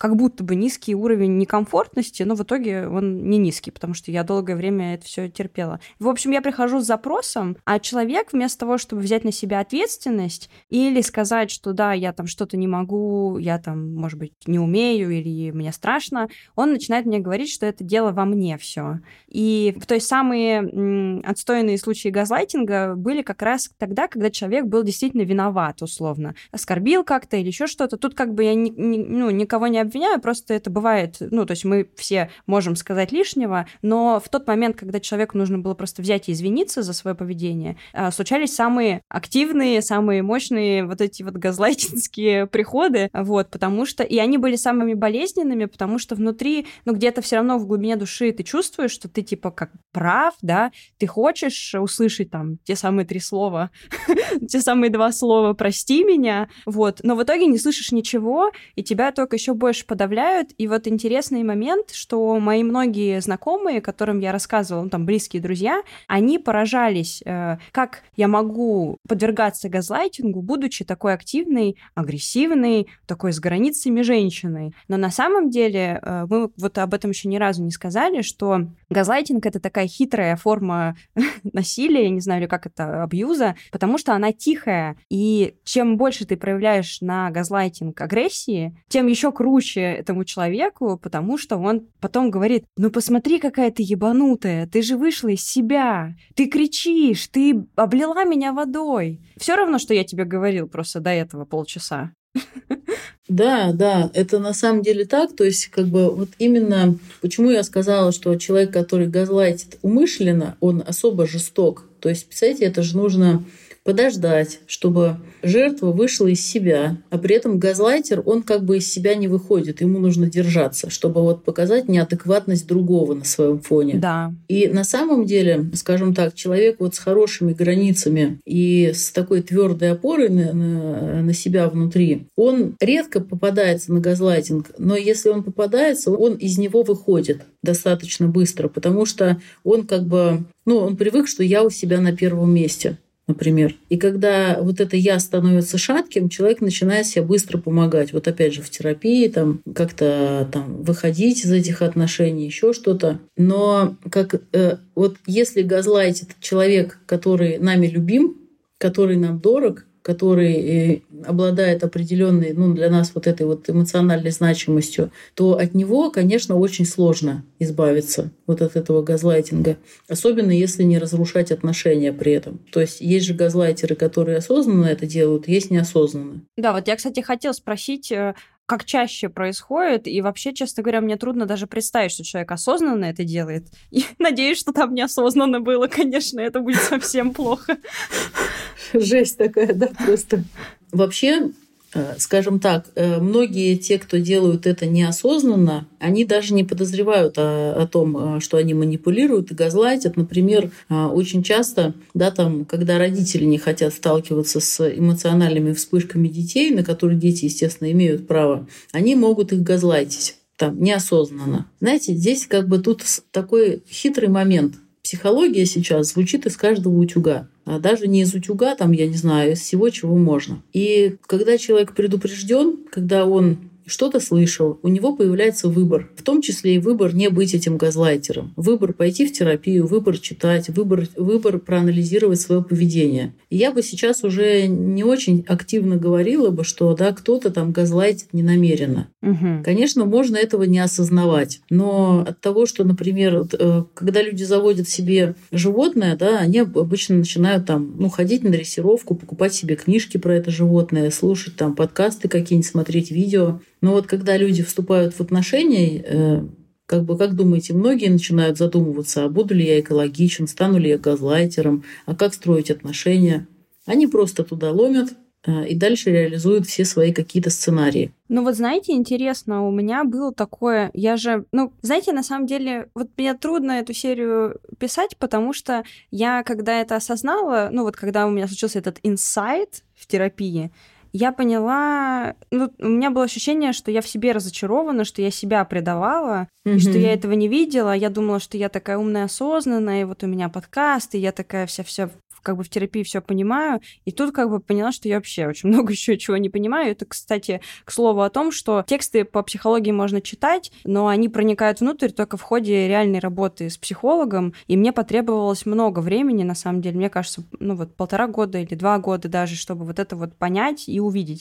бы низкий уровень некомфортности, но в итоге он не низкий, потому что я долгое время это все терпела. В общем, я прихожу с запросом, а человек вместо того, чтобы взять на себя ответственность или сказать, что да, я там что-то не могу, я там, может быть, не умею или мне страшно, он начинает мне говорить, что это дело во мне все. И то есть самые отстойные случаи газлайтинга были как раз тогда, когда человек был действительно виноват, условно. Оскорбил как-то или еще что-то. Тут как бы я никого не обвиняю, просто это бывает, то есть мы все можем сказать лишнего, но в тот момент, когда человеку нужно было просто взять и извиниться за свое поведение, случались самые активные, самые мощные вот эти вот газлайтинские приходы, потому что... И они были самыми болезненными, потому что внутри, где-то все равно в глубине души ты чувствуешь, что ты типа как прав, да, ты хочешь услышать там те самые 3 слова, те самые 2 слова «прости меня», но в итоге не слышишь ничего, и тебя только еще больше подавляют. И вот интересный момент, что мои многие знакомые, которым я рассказывала, там близкие друзья, они поражались, как я могу подвергаться газлайтингу, будучи такой активной, агрессивной, такой с границами женщиной. Но на самом деле мы вот об этом еще ни разу не сказали, что газлайтинг — это такая хитрая форма насилия, я не знаю, или как это, абьюза, потому что она тихая. И чем больше ты проявляешь на газлайтинг агрессии, тем еще круче этому человеку, потому что он потом говорит: ну посмотри, какая ты ебанутая, ты же вышла из себя, ты кричишь, ты облила меня водой. Все равно, что я тебе говорил просто до этого полчаса. Да, это на самом деле так. То есть, как бы вот именно почему я сказала, что человек, который газлайтит умышленно, он особо жесток. То есть, представляете, это же нужно подождать, чтобы жертва вышла из себя, а при этом газлайтер, он как бы из себя не выходит, ему нужно держаться, чтобы вот показать неадекватность другого на своем фоне. Да. И на самом деле, скажем так, человек вот с хорошими границами и с такой твердой опорой на себя внутри, он редко попадается на газлайтинг, но если он попадается, он из него выходит достаточно быстро, потому что он как бы, он привык, что я у себя на первом месте, например. И когда вот это «я» становится шатким, человек начинает себе быстро помогать. Вот опять же в терапии, там, как-то там выходить из этих отношений, еще что-то. Но вот если газлайтит человек, который нами любим, который нам дорог, который обладает определенной, для нас вот этой вот эмоциональной значимостью, то от него, конечно, очень сложно избавиться вот от этого газлайтинга. Особенно если не разрушать отношения при этом. То есть есть же газлайтеры, которые осознанно это делают, есть неосознанно. Да, вот я, кстати, хотела спросить, как чаще происходит, и вообще, честно говоря, мне трудно даже представить, что человек осознанно это делает. И надеюсь, что там неосознанно было, конечно, это будет совсем плохо. Жесть такая, да, просто. Вообще, скажем так, многие те, кто делают это неосознанно, они даже не подозревают о том, что они манипулируют и газлайтят. Например, очень часто, когда родители не хотят сталкиваться с эмоциональными вспышками детей, на которые дети, естественно, имеют право, они могут их газлайтить неосознанно. Знаете, здесь как бы тут такой хитрый момент. Психология сейчас звучит из каждого утюга. А даже не из утюга, из всего, чего можно. И когда человек предупрежден, когда он что-то слышал, у него появляется выбор, в том числе и выбор не быть этим газлайтером, выбор пойти в терапию, выбор читать, выбор проанализировать свое поведение. И я бы сейчас уже не очень активно говорила бы, что да, кто-то там газлайтит ненамеренно. Угу. Конечно, можно этого не осознавать, но от того, что, например, когда люди заводят себе животное, да, они обычно начинают там, ходить на дрессировку, покупать себе книжки про это животное, слушать там подкасты какие-нибудь, смотреть видео. Но вот когда люди вступают в отношения, как думаете, многие начинают задумываться, а буду ли я экологичен, стану ли я газлайтером, а как строить отношения. Они просто туда ломят и дальше реализуют все свои какие-то сценарии. Ну вот знаете, интересно, у меня было такое, знаете, на самом деле, вот мне трудно эту серию писать, потому что я, когда это осознала, когда у меня случился этот инсайт в терапии, я поняла, у меня было ощущение, что я в себе разочарована, что я себя предавала, и что я этого не видела. Я думала, что я такая умная, осознанная, и вот у меня подкаст, и я такая вся в терапии все понимаю. И тут поняла, что я вообще очень много еще чего не понимаю. Это, кстати, к слову о том, что тексты по психологии можно читать, но они проникают внутрь только в ходе реальной работы с психологом. И мне потребовалось много времени, на самом деле. Мне кажется, 1,5 года или 2 года даже, чтобы вот это вот понять и увидеть.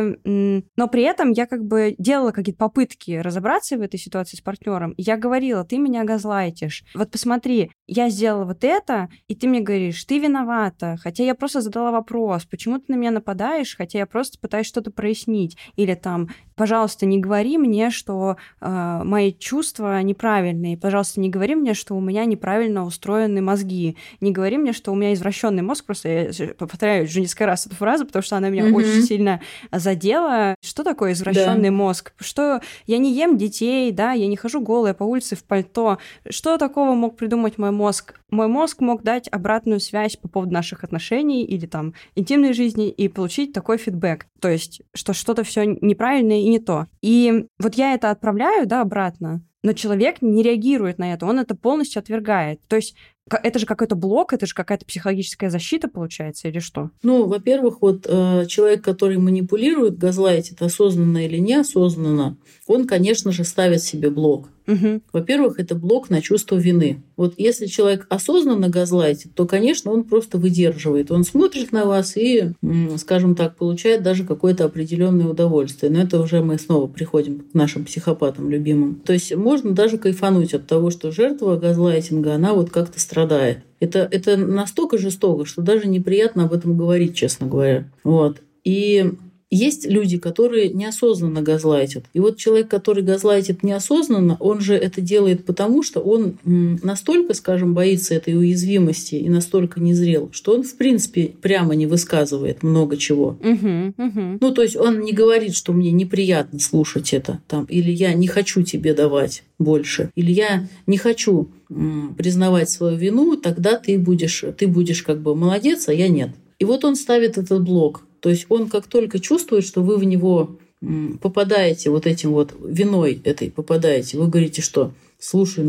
Но при этом я делала какие-то попытки разобраться в этой ситуации с партнером. И я говорила, ты меня газлайтишь. Вот посмотри, я сделала вот это, и ты мне говоришь, ты виновата, хотя я просто задала вопрос, почему ты на меня нападаешь, хотя я просто пытаюсь что-то прояснить. Или там, пожалуйста, не говори мне, что мои чувства неправильные, пожалуйста, не говори мне, что у меня неправильно устроены мозги, не говори мне, что у меня извращенный мозг, просто я повторяю уже несколько раз эту фразу, потому что она меня очень сильно задела. Что такое извращенный мозг? Что я не ем детей, да, я не хожу голая по улице в пальто. Что такого мог придумать мой мозг? Мой мозг мог дать обратную связь по поводу наших отношений или там интимной жизни и получить такой фидбэк. То есть, что что-то все неправильное и не то. И вот я это отправляю, да, обратно, но человек не реагирует на это, он это полностью отвергает. То есть это же какой-то блок, это же какая-то психологическая защита, получается, или что? Во-первых, человек, который манипулирует, газлайтит, осознанно или неосознанно, он, конечно же, ставит себе блок. Угу. Во-первых, это блок на чувство вины. Вот если человек осознанно газлайтит, то, конечно, он просто выдерживает. Он смотрит на вас и, скажем так, получает даже какое-то определенное удовольствие. Но это уже мы снова приходим к нашим психопатам любимым. То есть можно даже кайфануть от того, что жертва газлайтинга, она как-то страдает. Это настолько жестоко, что даже неприятно об этом говорить, честно говоря. И есть люди, которые неосознанно газлайтят. И человек, который газлайтит неосознанно, он же это делает потому, что он настолько, скажем, боится этой уязвимости и настолько незрел, что он, в принципе, прямо не высказывает много чего. То есть он не говорит, что мне неприятно слушать это, или я не хочу тебе давать больше, или я не хочу признавать свою вину, тогда ты будешь молодец, а я нет. И он ставит этот блок. То есть он как только чувствует, что вы в него попадаете этим виной этой попадаете, вы говорите, что слушай,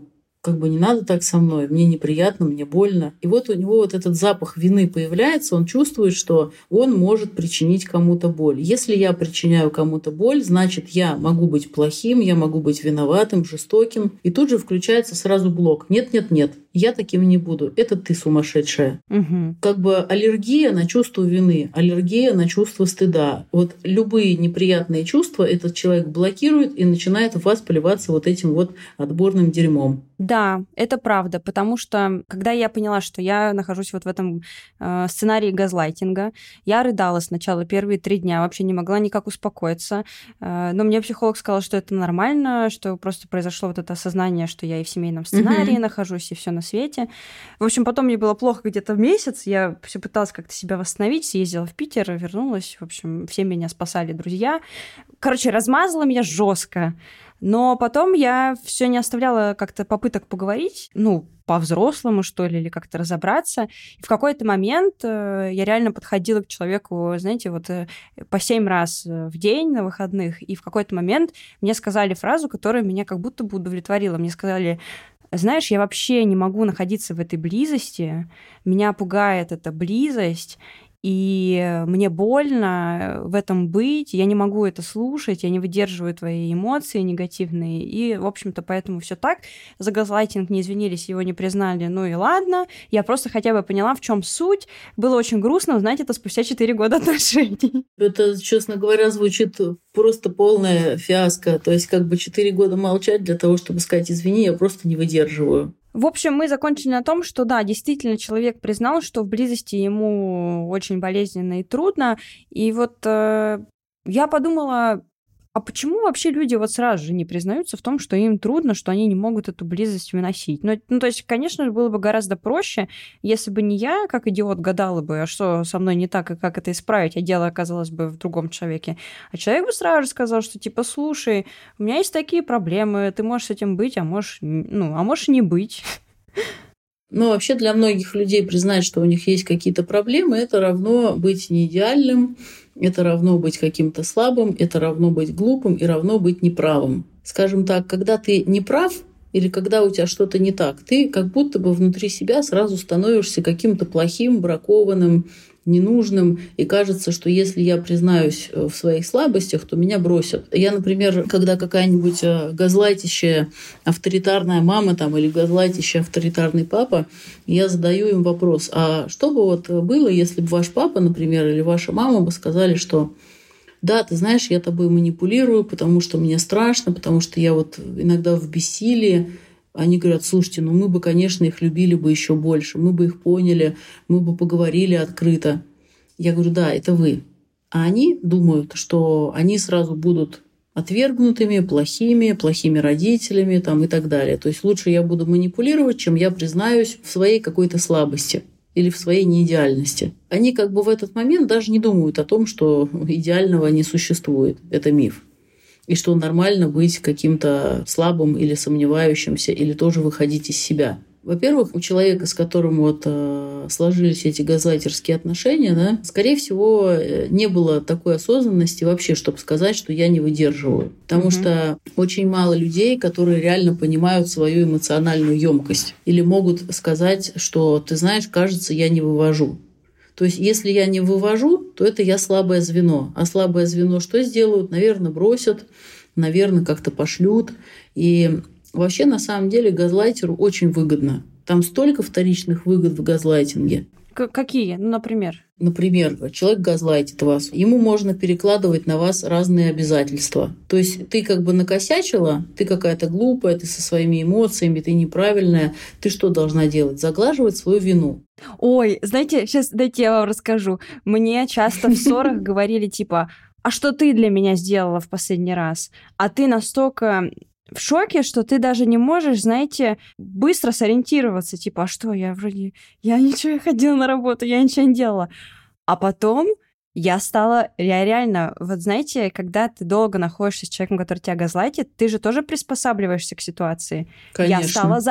не надо так со мной, мне неприятно, мне больно. И у него этот запах вины появляется, он чувствует, что он может причинить кому-то боль. Если я причиняю кому-то боль, значит, я могу быть плохим, я могу быть виноватым, жестоким. И тут же включается сразу блок. Нет, я таким не буду. Это ты сумасшедшая. Угу. Аллергия на чувство вины, аллергия на чувство стыда. Любые неприятные чувства этот человек блокирует и начинает в вас поливаться этим отборным дерьмом. Да, это правда, потому что когда я поняла, что я нахожусь в этом сценарии газлайтинга, я рыдала сначала первые 3 дня, вообще не могла никак успокоиться, но мне психолог сказал, что это нормально, что просто произошло это осознание, что я и в семейном сценарии нахожусь, и все на свете. В общем, потом мне было плохо где-то месяц, я все пыталась как-то себя восстановить, съездила в Питер, вернулась, в общем, все меня спасали друзья. Размазала меня жестко. Но потом я все не оставляла как-то попыток поговорить, по-взрослому, что ли, или как-то разобраться. И в какой-то момент я реально подходила к человеку, знаете, по 7 раз в день на выходных, и в какой-то момент мне сказали фразу, которая меня как будто бы удовлетворила. Мне сказали: знаешь, я вообще не могу находиться в этой близости, меня пугает эта близость, и мне больно в этом быть, я не могу это слушать, я не выдерживаю твои эмоции негативные, и, в общем-то, поэтому все так. За газлайтинг не извинились, его не признали, ну и ладно. Я просто хотя бы поняла, в чем суть. Было очень грустно узнать это спустя 4 года отношений. Это, честно говоря, звучит просто полная фиаско. То есть 4 года молчать для того, чтобы сказать «извини», я просто не выдерживаю. В общем, мы закончили на том, что да, действительно человек признал, что в близости ему очень болезненно и трудно. И вот я подумала, а почему вообще люди вот сразу же не признаются в том, что им трудно, что они не могут эту близость выносить? Ну, то есть, конечно, было бы гораздо проще, если бы не я, как идиот, гадала бы, а что со мной не так, и как это исправить, а дело оказалось бы в другом человеке. А человек бы сразу же сказал, что типа, слушай, у меня есть такие проблемы, ты можешь с этим быть, а можешь и не быть. Но вообще для многих людей признать, что у них есть какие-то проблемы, это равно быть неидеальным, это равно быть каким-то слабым, это равно быть глупым и равно быть неправым. Скажем так, когда ты неправ или когда у тебя что-то не так, ты как будто бы внутри себя сразу становишься каким-то плохим, бракованным, ненужным, и кажется, что если я признаюсь в своих слабостях, то меня бросят. Я, например, когда какая-нибудь газлайтящая авторитарная мама или газлайтящий авторитарный папа, я задаю им вопрос, а что бы вот было, если бы ваш папа, например, или ваша мама бы сказали, что да, ты знаешь, я тобой манипулирую, потому что мне страшно, потому что я вот иногда в бессилии. Они говорят, слушайте, мы бы, конечно, их любили бы еще больше, мы бы их поняли, мы бы поговорили открыто. Я говорю, да, это вы. А они думают, что они сразу будут отвергнутыми, плохими родителями и так далее. То есть лучше я буду манипулировать, чем я признаюсь в своей какой-то слабости или в своей неидеальности. Они в этот момент даже не думают о том, что идеального не существует. Это миф. И что нормально быть каким-то слабым или сомневающимся, или тоже выходить из себя. Во-первых, у человека, с которым сложились эти газлайтерские отношения, скорее всего, не было такой осознанности вообще, чтобы сказать, что я не выдерживаю. Потому что очень мало людей, которые реально понимают свою эмоциональную емкость. Или могут сказать, что, ты знаешь, кажется, я не вывожу. То есть, если я не вывожу, то это я слабое звено. А слабое звено что сделают? Наверное, бросят, наверное, как-то пошлют. И вообще, на самом деле, газлайтеру очень выгодно. Там столько вторичных выгод в газлайтинге. Какие? Например? Например, человек газлайтит вас. Ему можно перекладывать на вас разные обязательства. То есть ты накосячила, ты какая-то глупая, ты со своими эмоциями, ты неправильная. Ты что должна делать? Заглаживать свою вину. Ой, знаете, сейчас дайте я вам расскажу. Мне часто в ссорах говорили типа, а что ты для меня сделала в последний раз? А ты настолько в шоке, что ты даже не можешь, знаете, быстро сориентироваться. Типа, а что, я ходила на работу, я ничего не делала. А потом я реально, вот знаете, когда ты долго находишься с человеком, который тебя газлайтит, ты же тоже приспосабливаешься к ситуации. Конечно.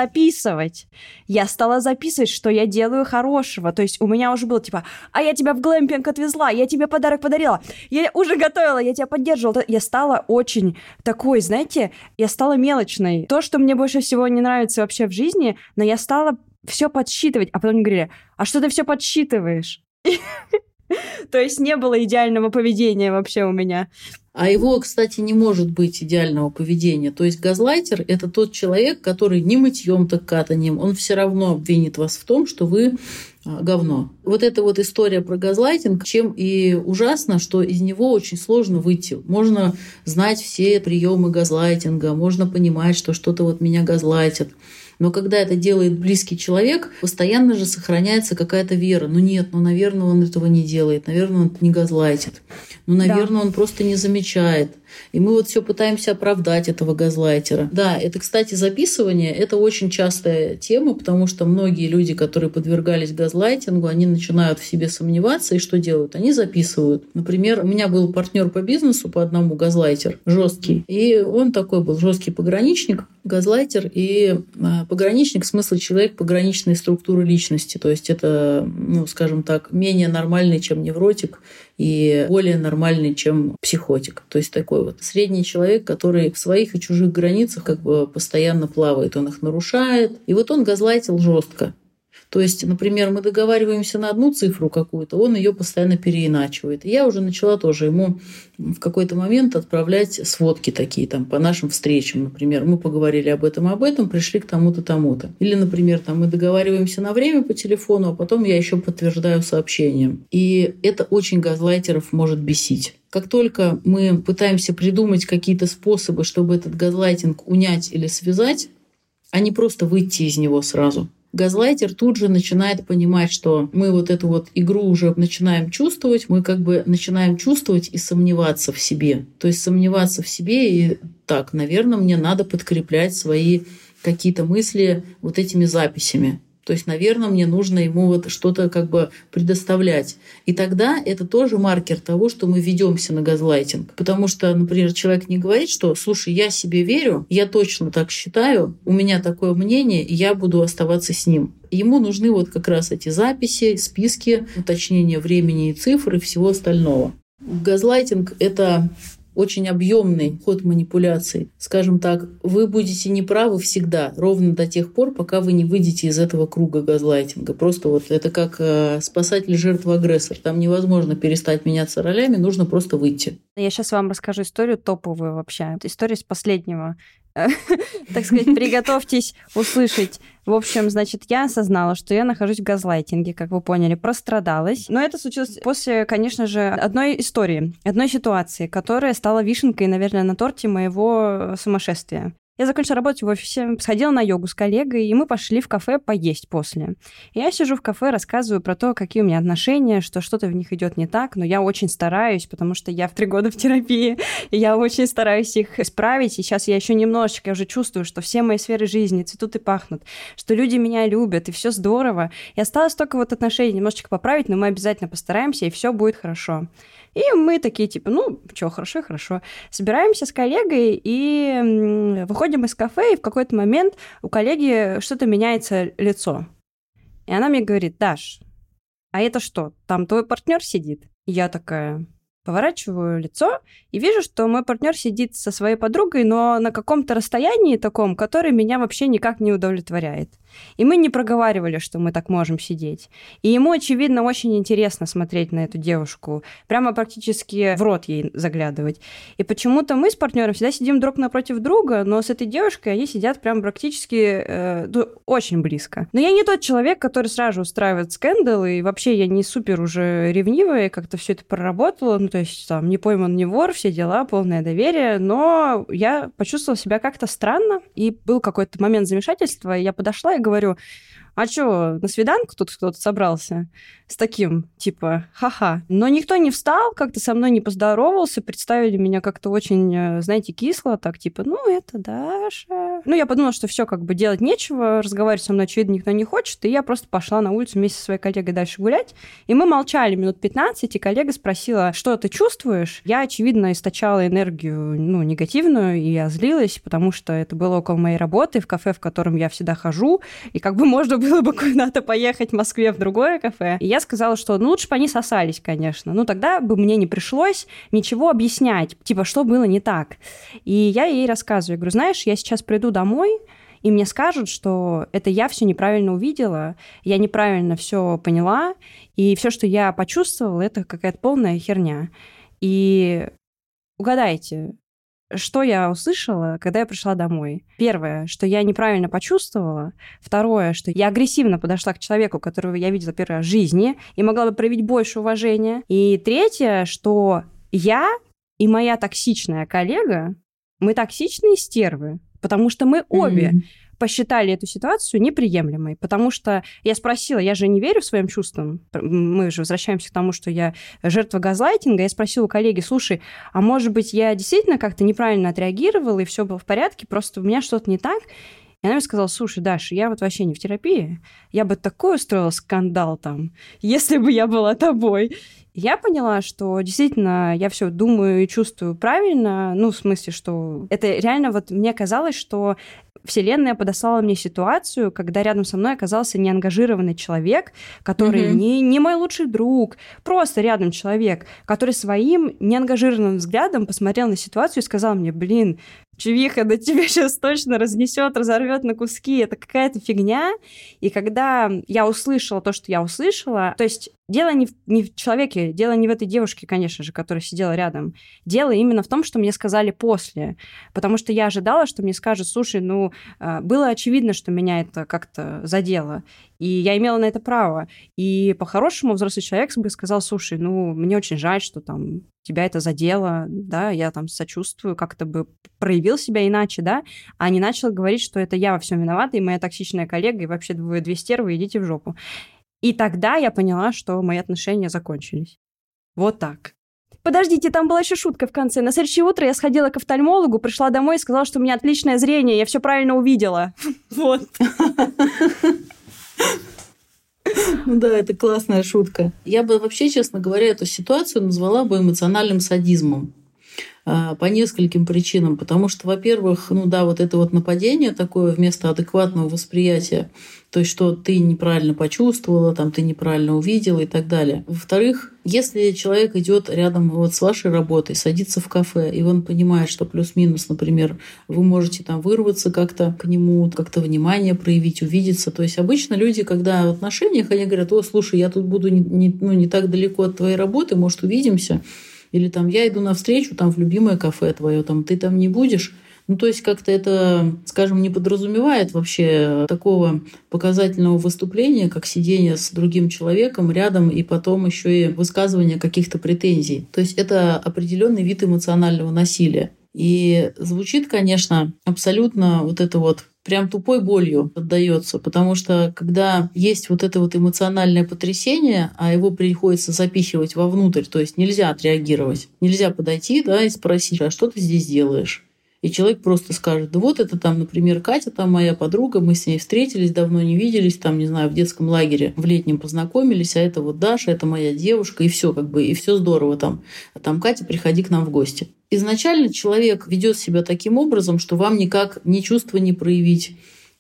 Я стала записывать, что я делаю хорошего. То есть у меня уже было типа, а я тебя в глэмпинг отвезла, я тебе подарок подарила, я уже готовила, я тебя поддерживала. Я стала очень такой, знаете, я стала мелочной. То, что мне больше всего не нравится вообще в жизни, но я стала все подсчитывать. А потом мне говорили, а что ты все подсчитываешь? То есть не было идеального поведения вообще у меня. А его, кстати, не может быть идеального поведения. То есть газлайтер – это тот человек, который ни мытьем, так катанием, он все равно обвинит вас в том, что вы говно. Вот эта вот история про газлайтинг, чем и ужасно, что из него очень сложно выйти. Можно знать все приемы газлайтинга, можно понимать, что что-то меня газлайтит. Но когда это делает близкий человек, постоянно же сохраняется какая-то вера. Наверное, он этого не делает, наверное, он не газлайтит. Наверное, он просто не замечает. И мы все пытаемся оправдать этого газлайтера. Да, это, кстати, записывание – это очень частая тема, потому что многие люди, которые подвергались газлайтингу, они начинают в себе сомневаться, и что делают? Они записывают. Например, у меня был партнер по бизнесу по одному газлайтер, жесткий, и он такой был жесткий пограничник, газлайтер, и пограничник, в смысле человек пограничной структуры личности, то есть это, скажем так, менее нормальный, чем невротик, и более нормальный, чем психотик. То есть такой средний человек, который в своих и чужих границах постоянно плавает, он их нарушает. И он газлайтил жестко. То есть, например, мы договариваемся на одну цифру какую-то, он ее постоянно переиначивает. И я уже начала тоже ему в какой-то момент отправлять сводки такие там по нашим встречам. Например, мы поговорили об этом, пришли к тому-то, тому-то. Или, например, там мы договариваемся на время по телефону, а потом я еще подтверждаю сообщением. И это очень газлайтеров может бесить. Как только мы пытаемся придумать какие-то способы, чтобы этот газлайтинг унять или связать, а не просто выйти из него сразу, газлайтер тут же начинает понимать, что мы вот эту вот игру уже начинаем чувствовать, мы как бы начинаем чувствовать и сомневаться в себе. То есть сомневаться в себе и так, наверное, мне надо подкреплять свои какие-то мысли вот этими записями. То есть, наверное, мне нужно ему вот что-то как бы предоставлять. И тогда это тоже маркер того, что мы ведемся на газлайтинг. Потому что, например, человек не говорит, что «слушай, я себе верю, я точно так считаю, у меня такое мнение, и я буду оставаться с ним». Ему нужны вот как раз эти записи, списки, уточнение времени и цифр и всего остального. Газлайтинг — это очень объемный ход манипуляций. Скажем так, вы будете неправы всегда, ровно до тех пор, пока вы не выйдете из этого круга газлайтинга. Просто вот это как спасатель, жертва, агрессор. Там невозможно перестать меняться ролями, нужно просто выйти. Я сейчас вам расскажу историю топовую вообще. Историю с последнего. Так сказать, приготовьтесь услышать. В общем, значит, я осознала, что я нахожусь в газлайтинге, как вы поняли, прострадалась. Но это случилось после, конечно же, одной истории, одной ситуации, которая стала вишенкой, наверное, на торте моего сумасшествия. Я закончила работать в офисе, сходила на йогу с коллегой, и мы пошли в кафе поесть после. Я сижу в кафе, рассказываю про то, какие у меня отношения, что что-то в них идет не так, но я очень стараюсь, потому что я в 3 года в терапии, и я очень стараюсь их исправить, и сейчас я еще немножечко, я уже чувствую, что все мои сферы жизни цветут и пахнут, что люди меня любят, и все здорово. И осталось только вот отношения немножечко поправить, но мы обязательно постараемся, и все будет хорошо. И мы такие, типа, ну, что, хорошо и хорошо. Собираемся с коллегой и выходим из кафе, и в какой-то момент у коллеги что-то меняется лицо. И она мне говорит: Даш, а это что, там твой партнер сидит? И я такая поворачиваю лицо и вижу, что мой партнер сидит со своей подругой, но на каком-то расстоянии таком, который меня вообще никак не удовлетворяет. И мы не проговаривали, что мы так можем сидеть. И ему, очевидно, очень интересно смотреть на эту девушку, прямо практически в рот ей заглядывать. И почему-то мы с партнером всегда сидим друг напротив друга, но с этой девушкой они сидят прям практически очень близко. Но я не тот человек, который сразу же устраивает скандал, и вообще я не супер уже ревнивая, и как-то все это проработала, ну, то есть там не пойман, не вор, все дела, полное доверие, но я почувствовала себя как-то странно, и был какой-то момент замешательства, и я подошла и говорю: а что, на свиданку тут кто-то собрался? С таким, типа, ха-ха. Но никто не встал, как-то со мной не поздоровался, представили меня как-то очень, знаете, кисло, так, типа, ну, это Даша. Ну, я подумала, что все как бы делать нечего, разговаривать со мной, очевидно, никто не хочет, и я просто пошла на улицу вместе со своей коллегой дальше гулять, и мы молчали минут 15, и коллега спросила: что ты чувствуешь? Я, очевидно, источала энергию, ну, негативную, и я злилась, потому что это было около моей работы, в кафе, в котором я всегда хожу, и как бы можно было бы куда-то поехать в Москве в другое кафе. И я сказала, что ну, лучше бы они сосались, конечно. Ну, тогда бы мне не пришлось ничего объяснять, типа, что было не так. И я ей рассказываю, я говорю: знаешь, я сейчас приду домой, и мне скажут, что это я все неправильно увидела, я неправильно все поняла, и все, что я почувствовала, это какая-то полная херня. И угадайте, что я услышала, когда я пришла домой? Первое, что я неправильно почувствовала. Второе, что я агрессивно подошла к человеку, которого я видела первый раз в жизни, и могла бы проявить больше уважения. И третье, что я и моя токсичная коллега, мы токсичные стервы, потому что мы обе посчитали эту ситуацию неприемлемой, потому что я спросила, я же не верю своим чувствам, мы же возвращаемся к тому, что я жертва газлайтинга, я спросила у коллеги: слушай, а может быть, я действительно как-то неправильно отреагировала, и все было в порядке, просто у меня что-то не так? И она мне сказала: слушай, Даша, я вот вообще не в терапии, я бы такой устроила скандал там, если бы я была тобой. Я поняла, что действительно я все думаю и чувствую правильно, ну, в смысле, что это реально вот мне казалось, что Вселенная подослала мне ситуацию, когда рядом со мной оказался неангажированный человек, который не мой лучший друг, просто рядом человек, который своим неангажированным взглядом посмотрел на ситуацию и сказал мне: блин, чувиха, да тебя сейчас точно разнесет, разорвет на куски, это какая-то фигня. И когда я услышала то, что я услышала, то есть дело не в человеке, дело не в этой девушке, конечно же, которая сидела рядом. Дело именно в том, что мне сказали после. Потому что я ожидала, что мне скажут, слушай, было очевидно, что меня это как-то задело. И я имела на это право. И по-хорошему взрослый человек бы сказал, слушай, мне очень жаль, что там тебя это задело, да, я там сочувствую, как-то бы проявил себя иначе, да, а не начал говорить, что это я во всем виновата, и моя токсичная коллега, и вообще вы две стервы, идите в жопу. И тогда я поняла, что мои отношения закончились. Вот так. Подождите, там была еще шутка в конце. На следующее утро я сходила к офтальмологу, пришла домой и сказала, что у меня отличное зрение, я все правильно увидела. Вот. Да, это классная шутка. Я бы вообще, честно говоря, эту ситуацию назвала бы эмоциональным садизмом. По нескольким причинам. Потому что, во-первых, вот это вот нападение такое вместо адекватного восприятия, то есть что ты неправильно почувствовала, там, ты неправильно увидела и так далее. Во-вторых, если человек идет рядом вот с вашей работой, садится в кафе, и он понимает, что плюс-минус, например, вы можете там вырваться как-то к нему, как-то внимание проявить, увидеться. То есть обычно люди, когда в отношениях, они говорят, слушай, я тут буду не так далеко от твоей работы, может, увидимся. Или там я иду навстречу там, в любимое кафе твое, там, ты там не будешь. То есть как-то это, скажем, не подразумевает вообще такого показательного выступления, как сидение с другим человеком рядом и потом еще и высказывание каких-то претензий. То есть это определенный вид эмоционального насилия. И звучит, конечно, абсолютно вот это вот прям тупой болью отдается, потому что когда есть вот это вот эмоциональное потрясение, а его приходится запихивать вовнутрь, то есть нельзя отреагировать, нельзя подойти, да, и спросить, а что ты здесь делаешь? И человек просто скажет, да вот это там, например, Катя, там моя подруга, мы с ней встретились, давно не виделись, там, не знаю, в детском лагере в летнем познакомились, а это вот Даша, это моя девушка, и все как бы, и все здорово там. А там Катя, приходи к нам в гости. Изначально человек ведет себя таким образом, что вам никак ни чувства не проявить,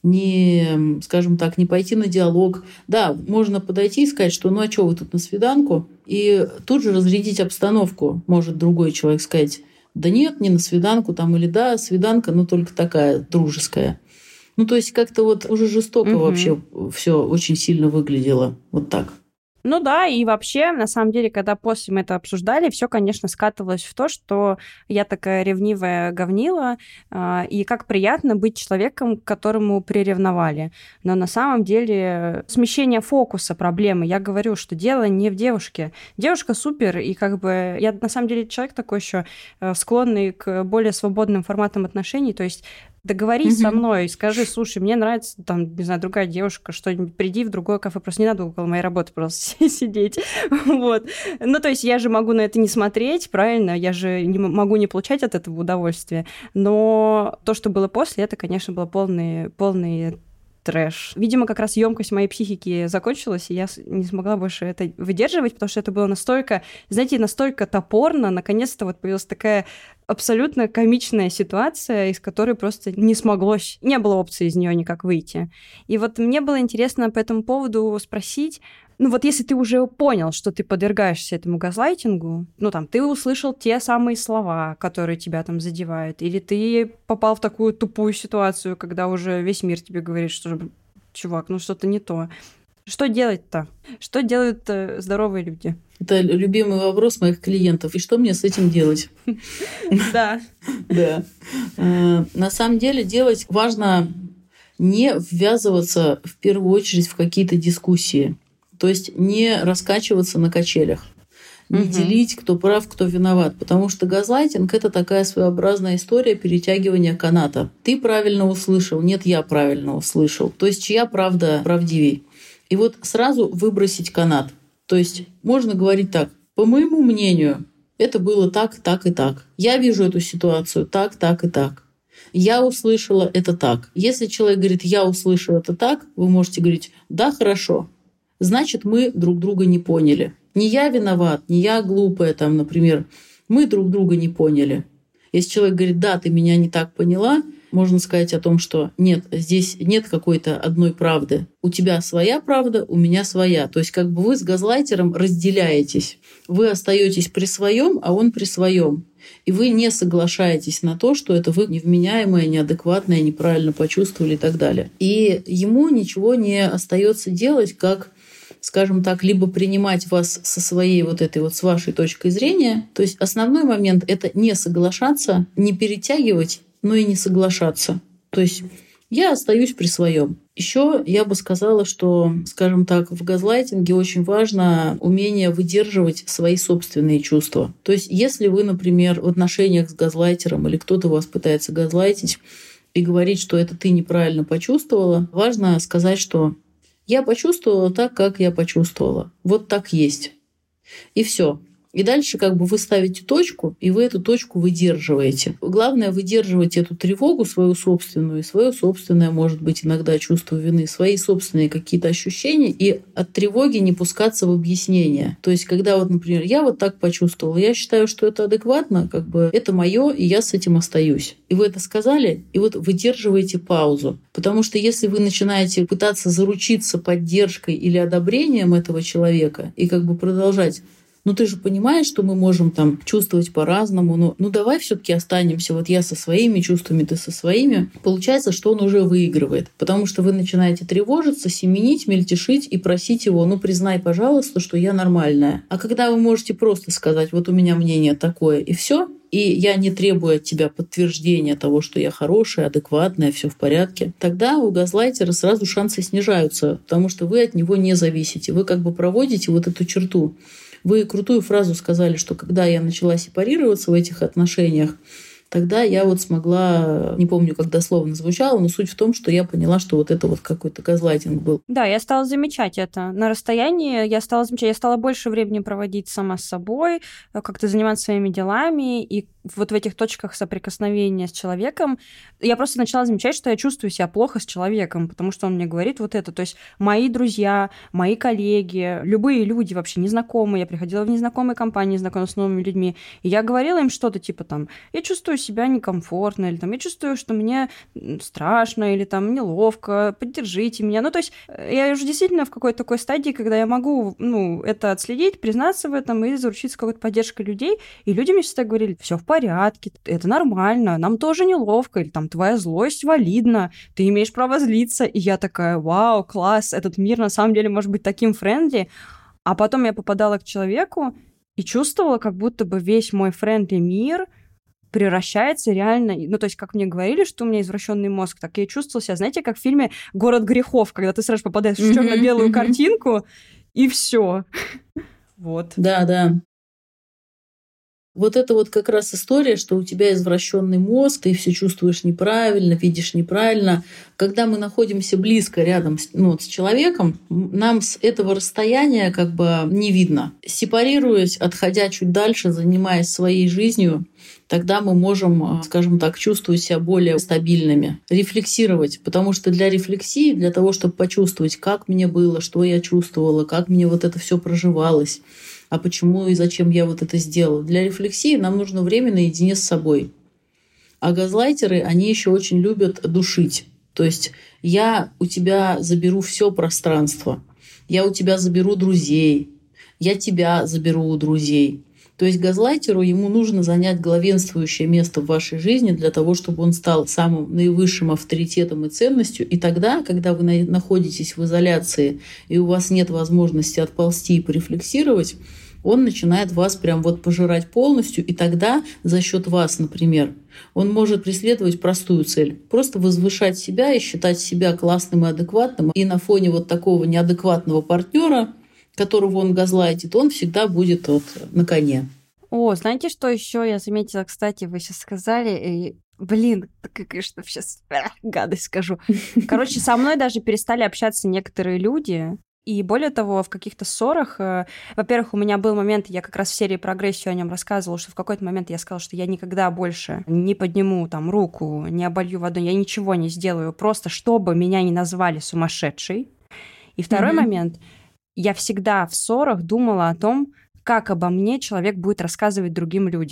не, скажем так, не пойти на диалог. Да, можно подойти и сказать, что а что вы тут на свиданку? И тут же разрядить обстановку. Может другой человек сказать, да нет, не на свиданку там, или да, свиданка, но только такая дружеская. То есть как-то вот уже жестоко вообще все очень сильно выглядело. Вот так. Да, и вообще, на самом деле, когда после мы это обсуждали, все, конечно, скатывалось в то, что я такая ревнивая говнила, и как приятно быть человеком, к которому приревновали. Но на самом деле смещение фокуса проблемы. Я говорю, что дело не в девушке. Девушка супер, и как бы я на самом деле человек такой еще склонный к более свободным форматам отношений, то есть договорись со мной, скажи, слушай, мне нравится, там, не знаю, другая девушка, что-нибудь, приди в другое кафе, просто не надо около моей работы просто сидеть, вот. То есть я же могу на это не смотреть, правильно, я же не могу не получать от этого удовольствия, но то, что было после, это, конечно, было полный трэш. Видимо, как раз емкость моей психики закончилась, и я не смогла больше это выдерживать, потому что это было настолько, знаете, настолько топорно, наконец-то вот появилась такая абсолютно комичная ситуация, из которой просто не смоглось, не было опции из нее никак выйти. И вот мне было интересно по этому поводу спросить, если ты уже понял, что ты подвергаешься этому газлайтингу, ты услышал те самые слова, которые тебя там задевают, или ты попал в такую тупую ситуацию, когда уже весь мир тебе говорит, что, чувак, что-то не то. Что делать-то? Что делают здоровые люди? Это любимый вопрос моих клиентов. И что мне с этим делать? Да. Да. На самом деле делать важно не ввязываться в первую очередь в какие-то дискуссии. То есть не раскачиваться на качелях, не делить, кто прав, кто виноват. Потому что газлайтинг – это такая своеобразная история перетягивания каната. Ты правильно услышал, нет, я правильно услышал. То есть чья правда правдивей. И вот сразу выбросить канат. То есть можно говорить так, по моему мнению, это было так, так и так. Я вижу эту ситуацию так, так и так. Я услышала это так. Если человек говорит, я услышал это так, вы можете говорить, да, хорошо. Значит, мы друг друга не поняли. Не я виноват, не я глупая, там, например. Мы друг друга не поняли. Если человек говорит, да, ты меня не так поняла, можно сказать о том, что нет, здесь нет какой-то одной правды. У тебя своя правда, у меня своя. То есть как бы вы с газлайтером разделяетесь. Вы остаетесь при своем, а он при своем. и вы не соглашаетесь на то, что это вы невменяемое, неадекватное, неправильно почувствовали и так далее. И ему ничего не остается делать, как, скажем так, либо принимать вас со своей вот этой вот, с вашей точкой зрения. То есть основной момент — это не соглашаться, не перетягивать, но и не соглашаться. То есть я остаюсь при своем. Еще я бы сказала, что, скажем так, в газлайтинге очень важно умение выдерживать свои собственные чувства. То есть если вы, например, в отношениях с газлайтером или кто-то вас пытается газлайтить и говорить, что это ты неправильно почувствовала, важно сказать, что я почувствовала так, как я почувствовала. Вот так есть. И все. И дальше как бы вы ставите точку, и вы эту точку выдерживаете. Главное — выдерживать эту тревогу свою собственную, и свое собственное, может быть, иногда чувство вины, свои собственные какие-то ощущения, и от тревоги не пускаться в объяснение. То есть, когда вот, например, я вот так почувствовала, я считаю, что это адекватно, как бы это мое, и я с этим остаюсь. И вы это сказали, и вот выдерживаете паузу. Потому что если вы начинаете пытаться заручиться поддержкой или одобрением этого человека и как бы продолжать: ну ты же понимаешь, что мы можем там чувствовать по-разному, но ну давай все-таки останемся, вот я со своими чувствами, ты со своими. Получается, что он уже выигрывает, потому что вы начинаете тревожиться, семенить, мельтешить и просить его: ну признай, пожалуйста, что я нормальная. А когда вы можете просто сказать: вот у меня мнение такое, и все, и я не требую от тебя подтверждения того, что я хорошая, адекватная, все в порядке, тогда у газлайтера сразу шансы снижаются, потому что вы от него не зависите. Вы как бы проводите вот эту черту. Вы крутую фразу сказали, что когда я начала сепарироваться в этих отношениях, тогда я вот смогла, не помню, как дословно звучало, но суть в том, что я поняла, что вот это вот какой-то газлайтинг был. Да, я стала замечать это. На расстоянии я стала больше времени проводить сама с собой, как-то заниматься своими делами, и вот в этих точках соприкосновения с человеком я просто начала замечать, что я чувствую себя плохо с человеком, потому что он мне говорит вот это. То есть мои друзья, мои коллеги, любые люди вообще незнакомые, я приходила в незнакомые компании, знакомилась с новыми людьми, и я говорила им что-то типа там: я чувствую себя некомфортно, или там я чувствую, что мне страшно, или там неловко, поддержите меня. Ну, то есть я уже действительно в какой-то такой стадии, когда я могу, это отследить, признаться в этом и заручиться какой-то поддержкой людей. И люди мне всегда говорили: все в порядке, это нормально, нам тоже неловко, или там твоя злость валидна, ты имеешь право злиться. И я такая: вау, класс, этот мир на самом деле может быть таким френдли. А потом я попадала к человеку и чувствовала, как будто бы весь мой френдли мир превращается реально... Ну, то есть, как мне говорили, что у меня извращенный мозг, так я чувствовала себя, знаете, как в фильме «Город грехов», когда ты сразу попадаешь в черно-белую картинку, и все. Вот. Да. Вот это вот как раз история, что у тебя извращенный мозг, ты все чувствуешь неправильно, видишь неправильно. Когда мы находимся близко рядом с человеком, нам с этого расстояния как бы не видно. Сепарируясь, отходя чуть дальше, занимаясь своей жизнью, тогда мы можем, скажем так, чувствовать себя более стабильными, рефлексировать. Потому что для рефлексии, для того, чтобы почувствовать, как мне было, что я чувствовала, как мне вот это все проживалось, а почему и зачем я вот это сделала. Для рефлексии нам нужно время наедине с собой. А газлайтеры, они еще очень любят душить. То есть я у тебя заберу все пространство, я у тебя заберу друзей, я тебя заберу у друзей. То есть газлайтеру ему нужно занять главенствующее место в вашей жизни для того, чтобы он стал самым наивысшим авторитетом и ценностью. И тогда, когда вы находитесь в изоляции и у вас нет возможности отползти и порефлексировать, он начинает вас прям вот пожирать полностью, и тогда за счет вас, например, он может преследовать простую цель. Просто возвышать себя и считать себя классным и адекватным. И на фоне вот такого неадекватного партнера, которого он газлайтит, он всегда будет вот на коне. О, знаете, что еще я заметила, кстати, вы сейчас сказали, и, блин, конечно, сейчас гадость скажу. Короче, со мной даже перестали общаться некоторые люди, и более того, в каких-то ссорах, во-первых, у меня был момент, я как раз в серии про агрессию о нем рассказывала, что в какой-то момент я сказала, что я никогда больше не подниму там руку, не оболью водой, я ничего не сделаю, просто чтобы меня не назвали сумасшедшей. И второй момент, я всегда в ссорах думала о том, как обо мне человек будет рассказывать другим людям.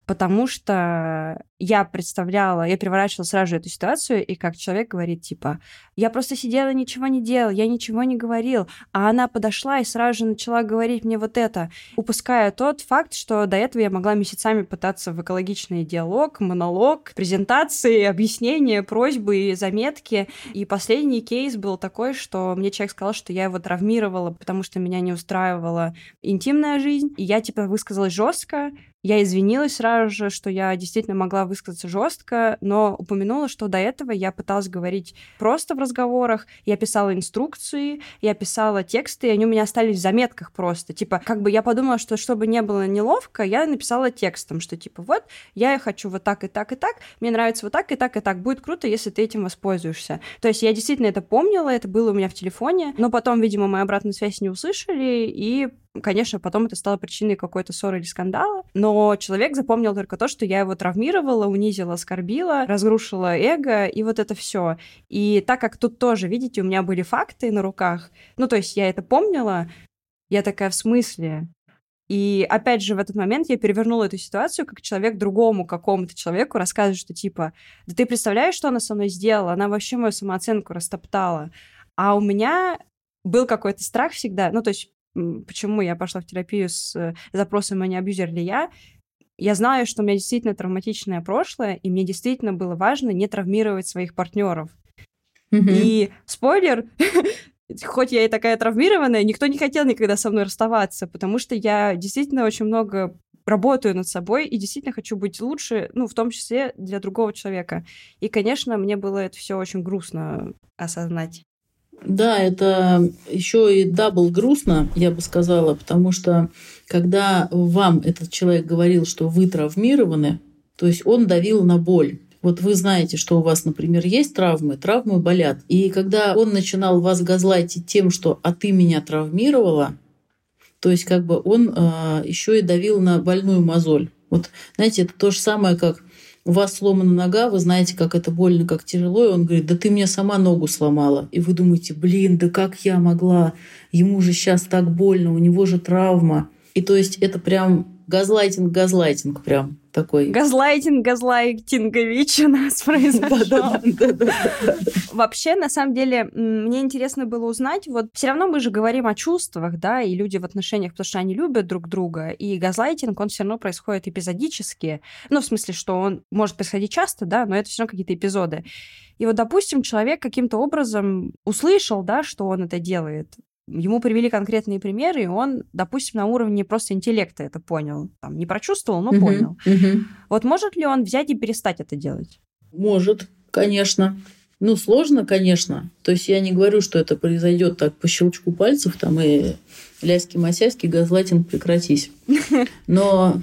потому что я переворачивала сразу же эту ситуацию, и как человек говорит, типа, я просто сидела, ничего не делала, я ничего не говорил, а она подошла и сразу же начала говорить мне вот это, упуская тот факт, что до этого я могла месяцами пытаться в экологичный диалог, монолог, презентации, объяснения, просьбы, заметки. И последний кейс был такой, что мне человек сказал, что я его травмировала, потому что меня не устраивала интимная жизнь, и я, типа, высказалась жестко. Я извинилась сразу же, что я действительно могла высказаться жестко, но упомянула, что до этого я пыталась говорить просто в разговорах, я писала инструкции, я писала тексты, и они у меня остались в заметках просто. Типа, как бы я подумала, что чтобы не было неловко, я написала текстом, что типа вот, я хочу вот так и так и так, мне нравится вот так и так и так, будет круто, если ты этим воспользуешься. То есть я действительно это помнила, это было у меня в телефоне, но потом, видимо, мы обратную связь не услышали, и конечно, потом это стало причиной какой-то ссоры или скандала, но человек запомнил только то, что я его травмировала, унизила, оскорбила, разрушила эго, и вот это все. И так как тут тоже, видите, у меня были факты на руках, ну, то есть я это помнила, я такая, в смысле? И опять же, в этот момент я перевернула эту ситуацию, как человек другому какому-то человеку рассказывает, что типа, да ты представляешь, что она со мной сделала? Она вообще мою самооценку растоптала. А у меня был какой-то страх всегда, ну, то есть почему я пошла в терапию с запросом, а не абьюзер ли я. Я знаю, что у меня действительно травматичное прошлое, и мне действительно было важно не травмировать своих партнеров. И спойлер, хоть я и такая травмированная, никто не хотел никогда со мной расставаться, потому что я действительно очень много работаю над собой и действительно хочу быть лучше, ну, в том числе для другого человека. И, конечно, мне было это все очень грустно осознать. Да, это еще и дабл грустно, я бы сказала, потому что когда вам этот человек говорил, что вы травмированы, то есть он давил на боль. Вот вы знаете, что у вас, например, есть травмы болят. И когда он начинал вас газлайтить тем, что «а ты меня травмировала», то есть как бы он еще и давил на больную мозоль. Вот, знаете, это то же самое, как у вас сломана нога, вы знаете, как это больно, как тяжело, и он говорит, да ты мне сама ногу сломала. И вы думаете, блин, да как я могла? Ему же сейчас так больно, у него же травма. И то есть это прям газлайтинг прям такой. Газлайтингович у нас произошел. Вообще, на самом деле, мне интересно было узнать, вот все равно мы же говорим о чувствах, да, и люди в отношениях, потому что они любят друг друга, и газлайтинг, он все равно происходит эпизодически, ну, в смысле, что он может происходить часто, да, но это все равно какие-то эпизоды. И вот, допустим, человек каким-то образом услышал, да, что он это делает, ему привели конкретные примеры, и он, допустим, на уровне просто интеллекта это понял. Там, не прочувствовал, но понял. Вот может ли он взять и перестать это делать? Может, конечно. Ну, сложно, конечно. То есть я не говорю, что это произойдет так по щелчку пальцев, там и ляськи-масяськи, газлайтинг, прекратись. Но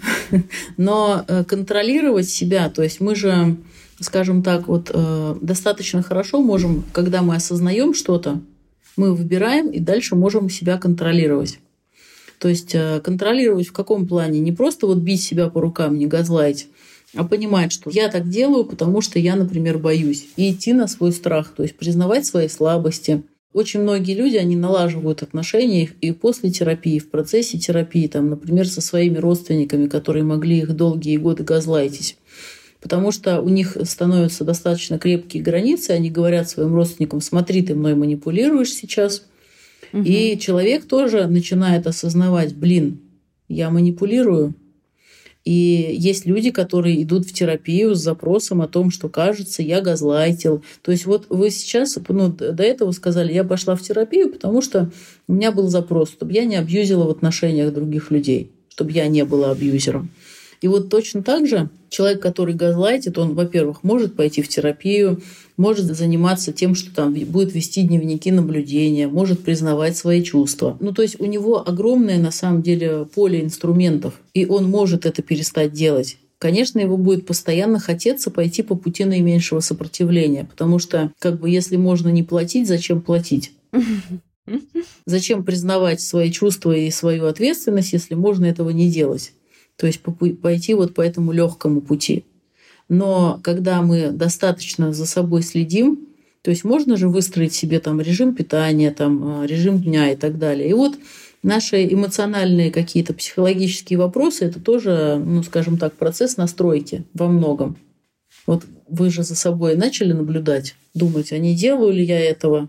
контролировать себя, то есть мы же, скажем так, вот достаточно хорошо можем, когда мы осознаем что-то, мы выбираем и дальше можем себя контролировать. То есть контролировать в каком плане? Не просто вот бить себя по рукам, не газлайтить, а понимать, что я так делаю, потому что я, например, боюсь. И идти на свой страх, то есть признавать свои слабости. Очень многие люди, они налаживают отношения и после терапии, в процессе терапии, там, например, со своими родственниками, которые могли их долгие годы газлайтить. Потому что у них становятся достаточно крепкие границы, они говорят своим родственникам, смотри, ты мной манипулируешь сейчас. И человек тоже начинает осознавать, блин, я манипулирую. И есть люди, которые идут в терапию с запросом о том, что, кажется, я газлайтил. То есть вот вы сейчас, до этого сказали, я пошла в терапию, потому что у меня был запрос, чтобы я не абьюзила в отношениях других людей, чтобы я не была абьюзером. И вот точно так же человек, который газлайтит, он, во-первых, может пойти в терапию, может заниматься тем, что там будет вести дневники наблюдения, может признавать свои чувства. Ну, то есть у него огромное, на самом деле, поле инструментов, и он может это перестать делать. Конечно, его будет постоянно хотеться пойти по пути наименьшего сопротивления, потому что, как бы, если можно не платить, зачем платить? Зачем признавать свои чувства и свою ответственность, если можно этого не делать? То есть пойти вот по этому легкому пути. Но когда мы достаточно за собой следим, то есть можно же выстроить себе там режим питания, там, режим дня и так далее. И вот Наши эмоциональные какие-то психологические вопросы — это тоже, скажем так, процесс настройки во многом. Вот вы же за собой начали наблюдать, думать, а не делаю ли я этого?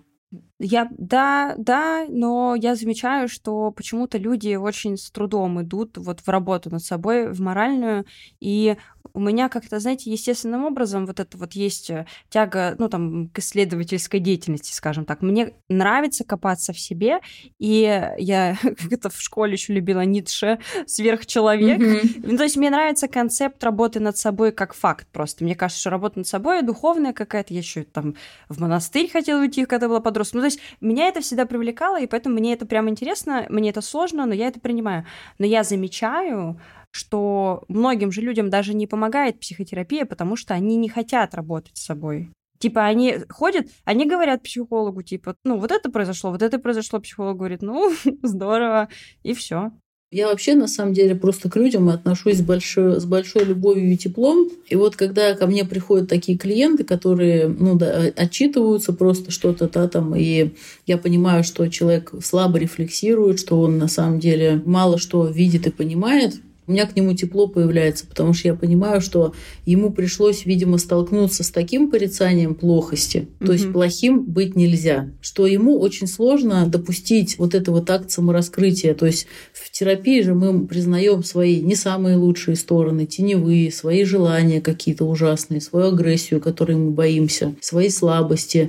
Да, но я замечаю, что почему-то люди очень с трудом идут вот в работу над собой, в моральную, и у меня как-то, знаете, естественным образом вот это вот есть тяга, к исследовательской деятельности, скажем так. Мне нравится копаться в себе, и я как-то в школе еще любила Ницше, сверхчеловек. То есть мне нравится концепт работы над собой как факт просто. Мне кажется, что работа над собой духовная какая-то. Я еще там в монастырь хотела уйти, когда была подростком. То есть меня это всегда привлекало, и поэтому мне это прям интересно, мне это сложно, но я это принимаю. Но я замечаю, что многим же людям даже не помогает психотерапия, потому что они не хотят работать с собой. Типа они ходят, они говорят психологу, типа, вот это произошло, психолог говорит, здорово, и все. Я вообще, на самом деле, просто к людям отношусь с большой любовью и теплом. И вот когда ко мне приходят такие клиенты, которые отчитываются просто что-то там, и я понимаю, что человек слабо рефлексирует, что он на самом деле мало что видит и понимает, у меня к нему тепло появляется, потому что я понимаю, что ему пришлось, видимо, столкнуться с таким порицанием плохости, то есть плохим быть нельзя, что ему очень сложно допустить вот это вот акт самораскрытия. То есть в терапии же мы признаем свои не самые лучшие стороны, теневые, свои желания какие-то ужасные, свою агрессию, которой мы боимся, свои слабости,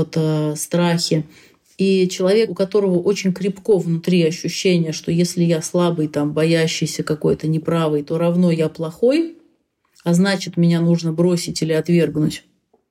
страхи. И человек, у которого очень крепко внутри ощущение, что если я слабый, боящийся какой-то неправый, то равно я плохой, а значит, меня нужно бросить или отвергнуть,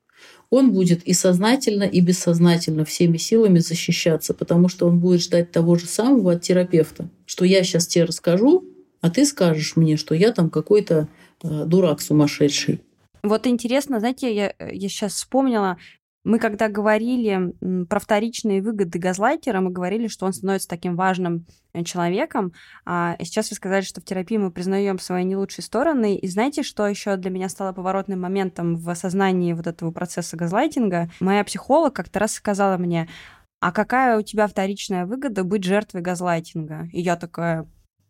он будет и сознательно, и бессознательно всеми силами защищаться, потому что он будет ждать того же самого от терапевта, что я сейчас тебе расскажу, а ты скажешь мне, что я там какой-то дурак сумасшедший. Вот интересно, знаете, я сейчас вспомнила, мы когда говорили про вторичные выгоды газлайтера, мы говорили, что он становится таким важным человеком. А сейчас вы сказали, что в терапии мы признаем свои не лучшие стороны. И знаете, что еще для меня стало поворотным моментом в осознании вот этого процесса газлайтинга? Моя психолог как-то раз сказала мне: а какая у тебя вторичная выгода быть жертвой газлайтинга? И я такая: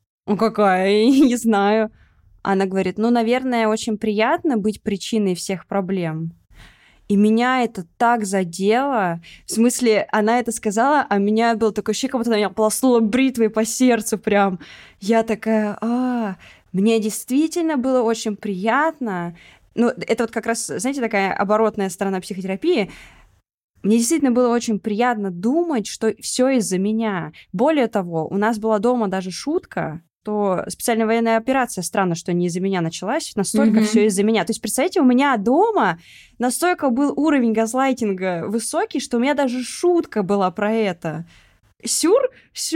какая? Не знаю. Она говорит: наверное, очень приятно быть причиной всех проблем. И меня это так задело. В смысле, она это сказала, а у меня было такое ощущение, как будто она меня полоснула бритвой по сердцу прям. Я такая: мне действительно было очень приятно. Это вот как раз, знаете, такая оборотная сторона психотерапии. Мне действительно было очень приятно думать, что все из-за меня. Более того, у нас была дома даже шутка, что специальная военная операция, странно, что не из-за меня началась, настолько все из-за меня. То есть, представьте, у меня дома настолько был уровень газлайтинга высокий, что у меня даже шутка была про это. Сюр.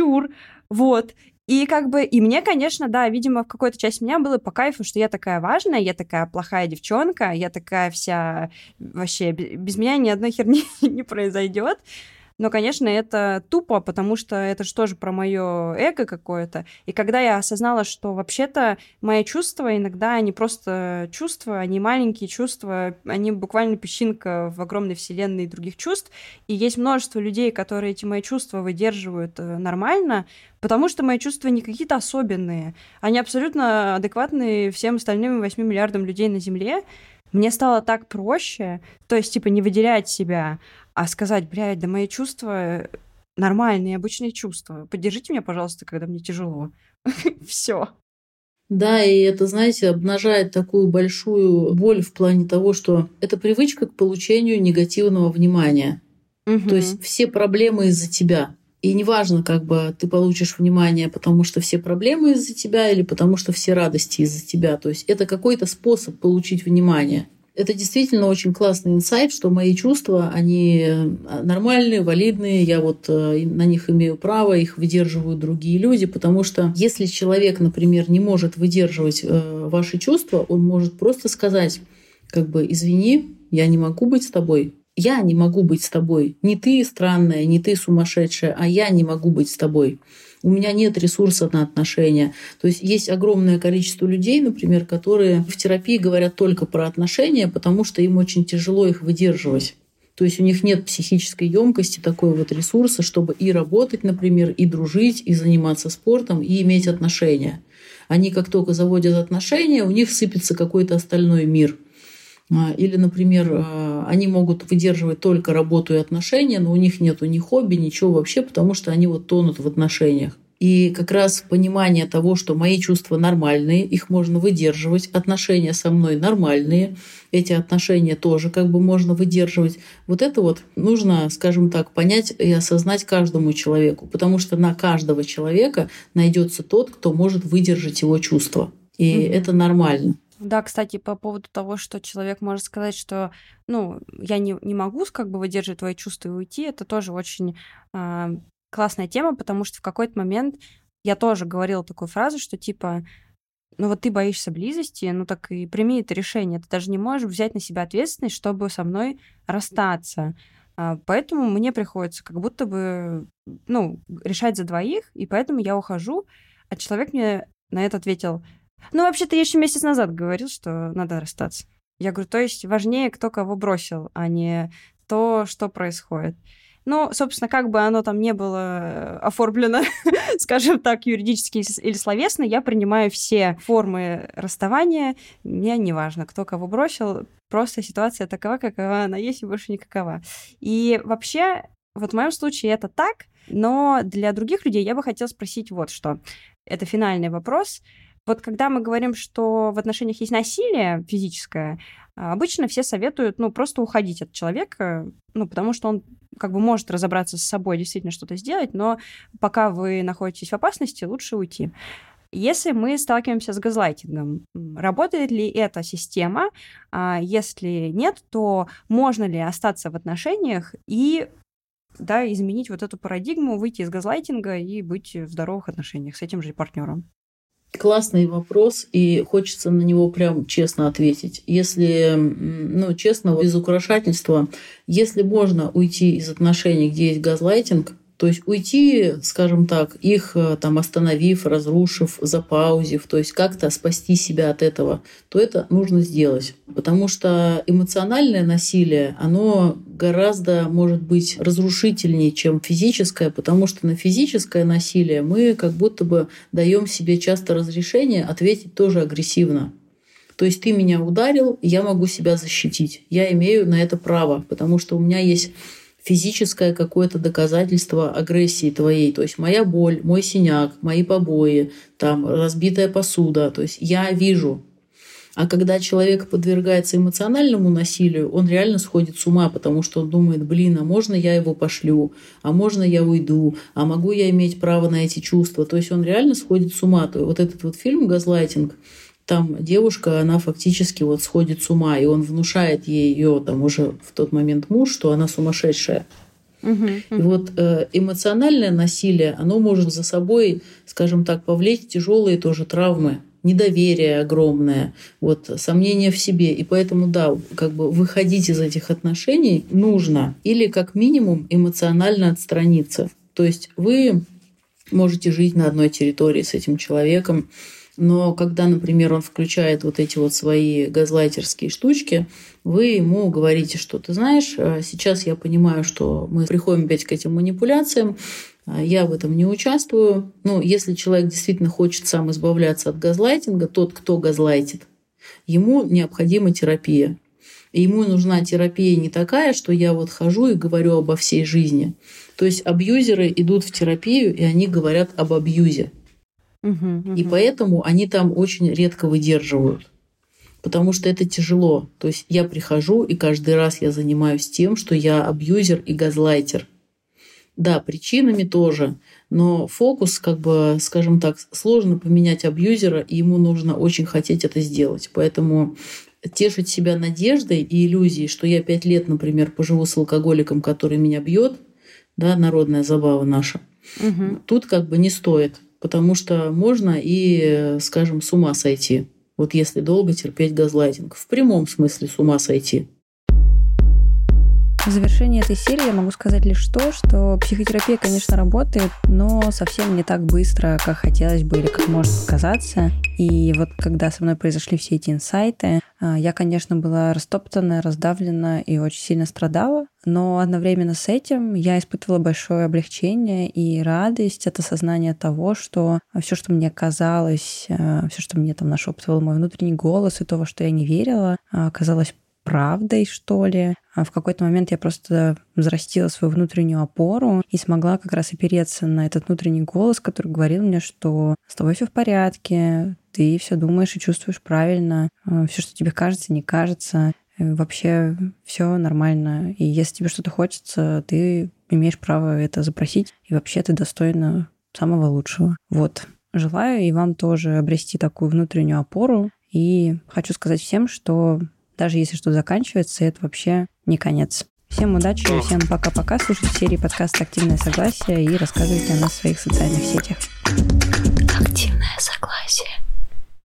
Вот. И и мне, конечно, да, видимо, в какой-то части меня было по кайфу, что я такая важная, я такая плохая девчонка, я такая вся вообще, без меня ни одной херни не произойдет. Но, конечно, это тупо, потому что это же тоже про мое эго какое-то. И когда я осознала, что вообще-то мои чувства иногда, они просто чувства, они маленькие чувства, они буквально песчинка в огромной вселенной других чувств. И есть множество людей, которые эти мои чувства выдерживают нормально, потому что мои чувства не какие-то особенные. Они абсолютно адекватны всем остальным 8 миллиардам людей на Земле. Мне стало так проще, то есть, не выделять себя, а сказать: блядь, да мои чувства нормальные, обычные чувства. Поддержите меня, пожалуйста, когда мне тяжело. Все. Да, и это, знаете, обнажает такую большую боль в плане того, что это привычка к получению негативного внимания. То есть все проблемы из-за тебя. И неважно, ты получишь внимание, потому что все проблемы из-за тебя или потому что все радости из-за тебя. То есть это какой-то способ получить внимание. Это действительно очень классный инсайт, что мои чувства, они нормальные, валидные, я на них имею право, их выдерживают другие люди, потому что если человек, например, не может выдерживать ваши чувства, он может просто сказать: извини, я не могу быть с тобой. Я не могу быть с тобой. Не ты странная, не ты сумасшедшая, а я не могу быть с тобой. У меня нет ресурса на отношения. То есть есть огромное количество людей, например, которые в терапии говорят только про отношения, потому что им очень тяжело их выдерживать. То есть у них нет психической емкости, такой вот ресурса, чтобы и работать, например, и дружить, и заниматься спортом, и иметь отношения. Они как только заводят отношения, у них сыпется какой-то остальной мир. Или, например, они могут выдерживать только работу и отношения, но у них нету ни хобби, ничего вообще, потому что они вот тонут в отношениях. И как раз понимание того, что мои чувства нормальные, их можно выдерживать, отношения со мной нормальные, эти отношения тоже как бы можно выдерживать. Вот это вот нужно, скажем так, понять и осознать каждому человеку, потому что на каждого человека найдется тот, кто может выдержать его чувства. И это нормально. Да, кстати, по поводу того, что человек может сказать, что я не могу как бы выдерживать твои чувства и уйти, это тоже очень классная тема, потому что в какой-то момент я тоже говорила такую фразу, что типа, вот ты боишься близости, так и прими это решение. Ты даже не можешь взять на себя ответственность, чтобы со мной расстаться. Поэтому мне приходится как будто бы, решать за двоих, и поэтому я ухожу. А человек мне на это ответил: вообще-то я еще месяц назад говорил, что надо расстаться. Я говорю, то есть важнее, кто кого бросил, а не то, что происходит. Собственно, как бы оно там не было оформлено, скажем так, юридически или словесно, я принимаю все формы расставания. Мне не важно, кто кого бросил, просто ситуация такова, какова она есть, и больше никакова. И вообще, вот в моем случае это так, но для других людей я бы хотела спросить вот что. Это финальный вопрос. Вот когда мы говорим, что в отношениях есть насилие физическое, обычно все советуют, просто уходить от человека, потому что он как бы может разобраться с собой, действительно что-то сделать, но пока вы находитесь в опасности, лучше уйти. Если мы сталкиваемся с газлайтингом, работает ли эта система? Если нет, то можно ли остаться в отношениях и изменить вот эту парадигму, выйти из газлайтинга и быть в здоровых отношениях с этим же партнером? Классный вопрос, и хочется на него прям честно ответить. Если, честно, без украшательства, если можно уйти из отношений, где есть газлайтинг, то есть уйти, скажем так, их там остановив, разрушив, запаузив, то есть как-то спасти себя от этого, то это нужно сделать. Потому что эмоциональное насилие, оно гораздо может быть разрушительнее, чем физическое, потому что на физическое насилие мы как будто бы даем себе часто разрешение ответить тоже агрессивно. То есть ты меня ударил, я могу себя защитить. Я имею на это право, потому что у меня есть физическое какое-то доказательство агрессии твоей. То есть моя боль, мой синяк, мои побои, там, разбитая посуда. То есть я вижу. А когда человек подвергается эмоциональному насилию, он реально сходит с ума, потому что он думает, а можно я его пошлю, а можно я уйду, а могу я иметь право на эти чувства. То есть он реально сходит с ума. То есть вот этот вот фильм «Газлайтинг», там девушка, она фактически вот сходит с ума, и он внушает ее, там уже в тот момент муж, что она сумасшедшая. И вот эмоциональное насилие, оно может за собой, скажем так, повлечь тяжелые тоже травмы, недоверие огромное, вот, сомнение в себе. И поэтому, как бы выходить из этих отношений нужно или как минимум эмоционально отстраниться. То есть вы можете жить на одной территории с этим человеком, но когда, например, он включает вот эти вот свои газлайтерские штучки, вы ему говорите, что ты знаешь, сейчас я понимаю, что мы приходим опять к этим манипуляциям, я в этом не участвую. Если человек действительно хочет сам избавляться от газлайтинга, тот, кто газлайтит, ему необходима терапия. И ему нужна терапия не такая, что я вот хожу и говорю обо всей жизни. То есть абьюзеры идут в терапию, и они говорят об абьюзе. И поэтому они там очень редко выдерживают. Потому что это тяжело. То есть я прихожу, и каждый раз я занимаюсь тем, что я абьюзер и газлайтер. Да, причинами тоже. Но фокус, как бы, скажем так, сложно поменять абьюзера, и ему нужно очень хотеть это сделать. Поэтому тешить себя надеждой и иллюзией, что я 5 лет, например, поживу с алкоголиком, который меня бьет, народная забава наша, тут как бы не стоит. Потому что можно и, скажем, с ума сойти. Вот если долго терпеть газлайтинг. В прямом смысле с ума сойти. В завершении этой серии я могу сказать лишь то, что психотерапия, конечно, работает, но совсем не так быстро, как хотелось бы или как может показаться. И вот когда со мной произошли все эти инсайты, я, конечно, была растоптана, раздавлена и очень сильно страдала. Но одновременно с этим я испытывала большое облегчение и радость от осознания того, что все, что мне казалось, все, что мне там нашептывал мой внутренний голос, и то, во что я не верила, оказалось правдой, что ли. В какой-то момент я просто взрастила свою внутреннюю опору и смогла как раз опереться на этот внутренний голос, который говорил мне, что с тобой все в порядке, ты все думаешь и чувствуешь правильно, все, что тебе кажется, не кажется, вообще все нормально. И если тебе что-то хочется, ты имеешь право это запросить, и вообще ты достойна самого лучшего. Вот. Желаю и вам тоже обрести такую внутреннюю опору. И хочу сказать всем, что даже если что-то заканчивается, это вообще не конец. Всем удачи, всем пока-пока. Слушайте серии подкаста «Активное согласие» и рассказывайте о нас в своих социальных сетях.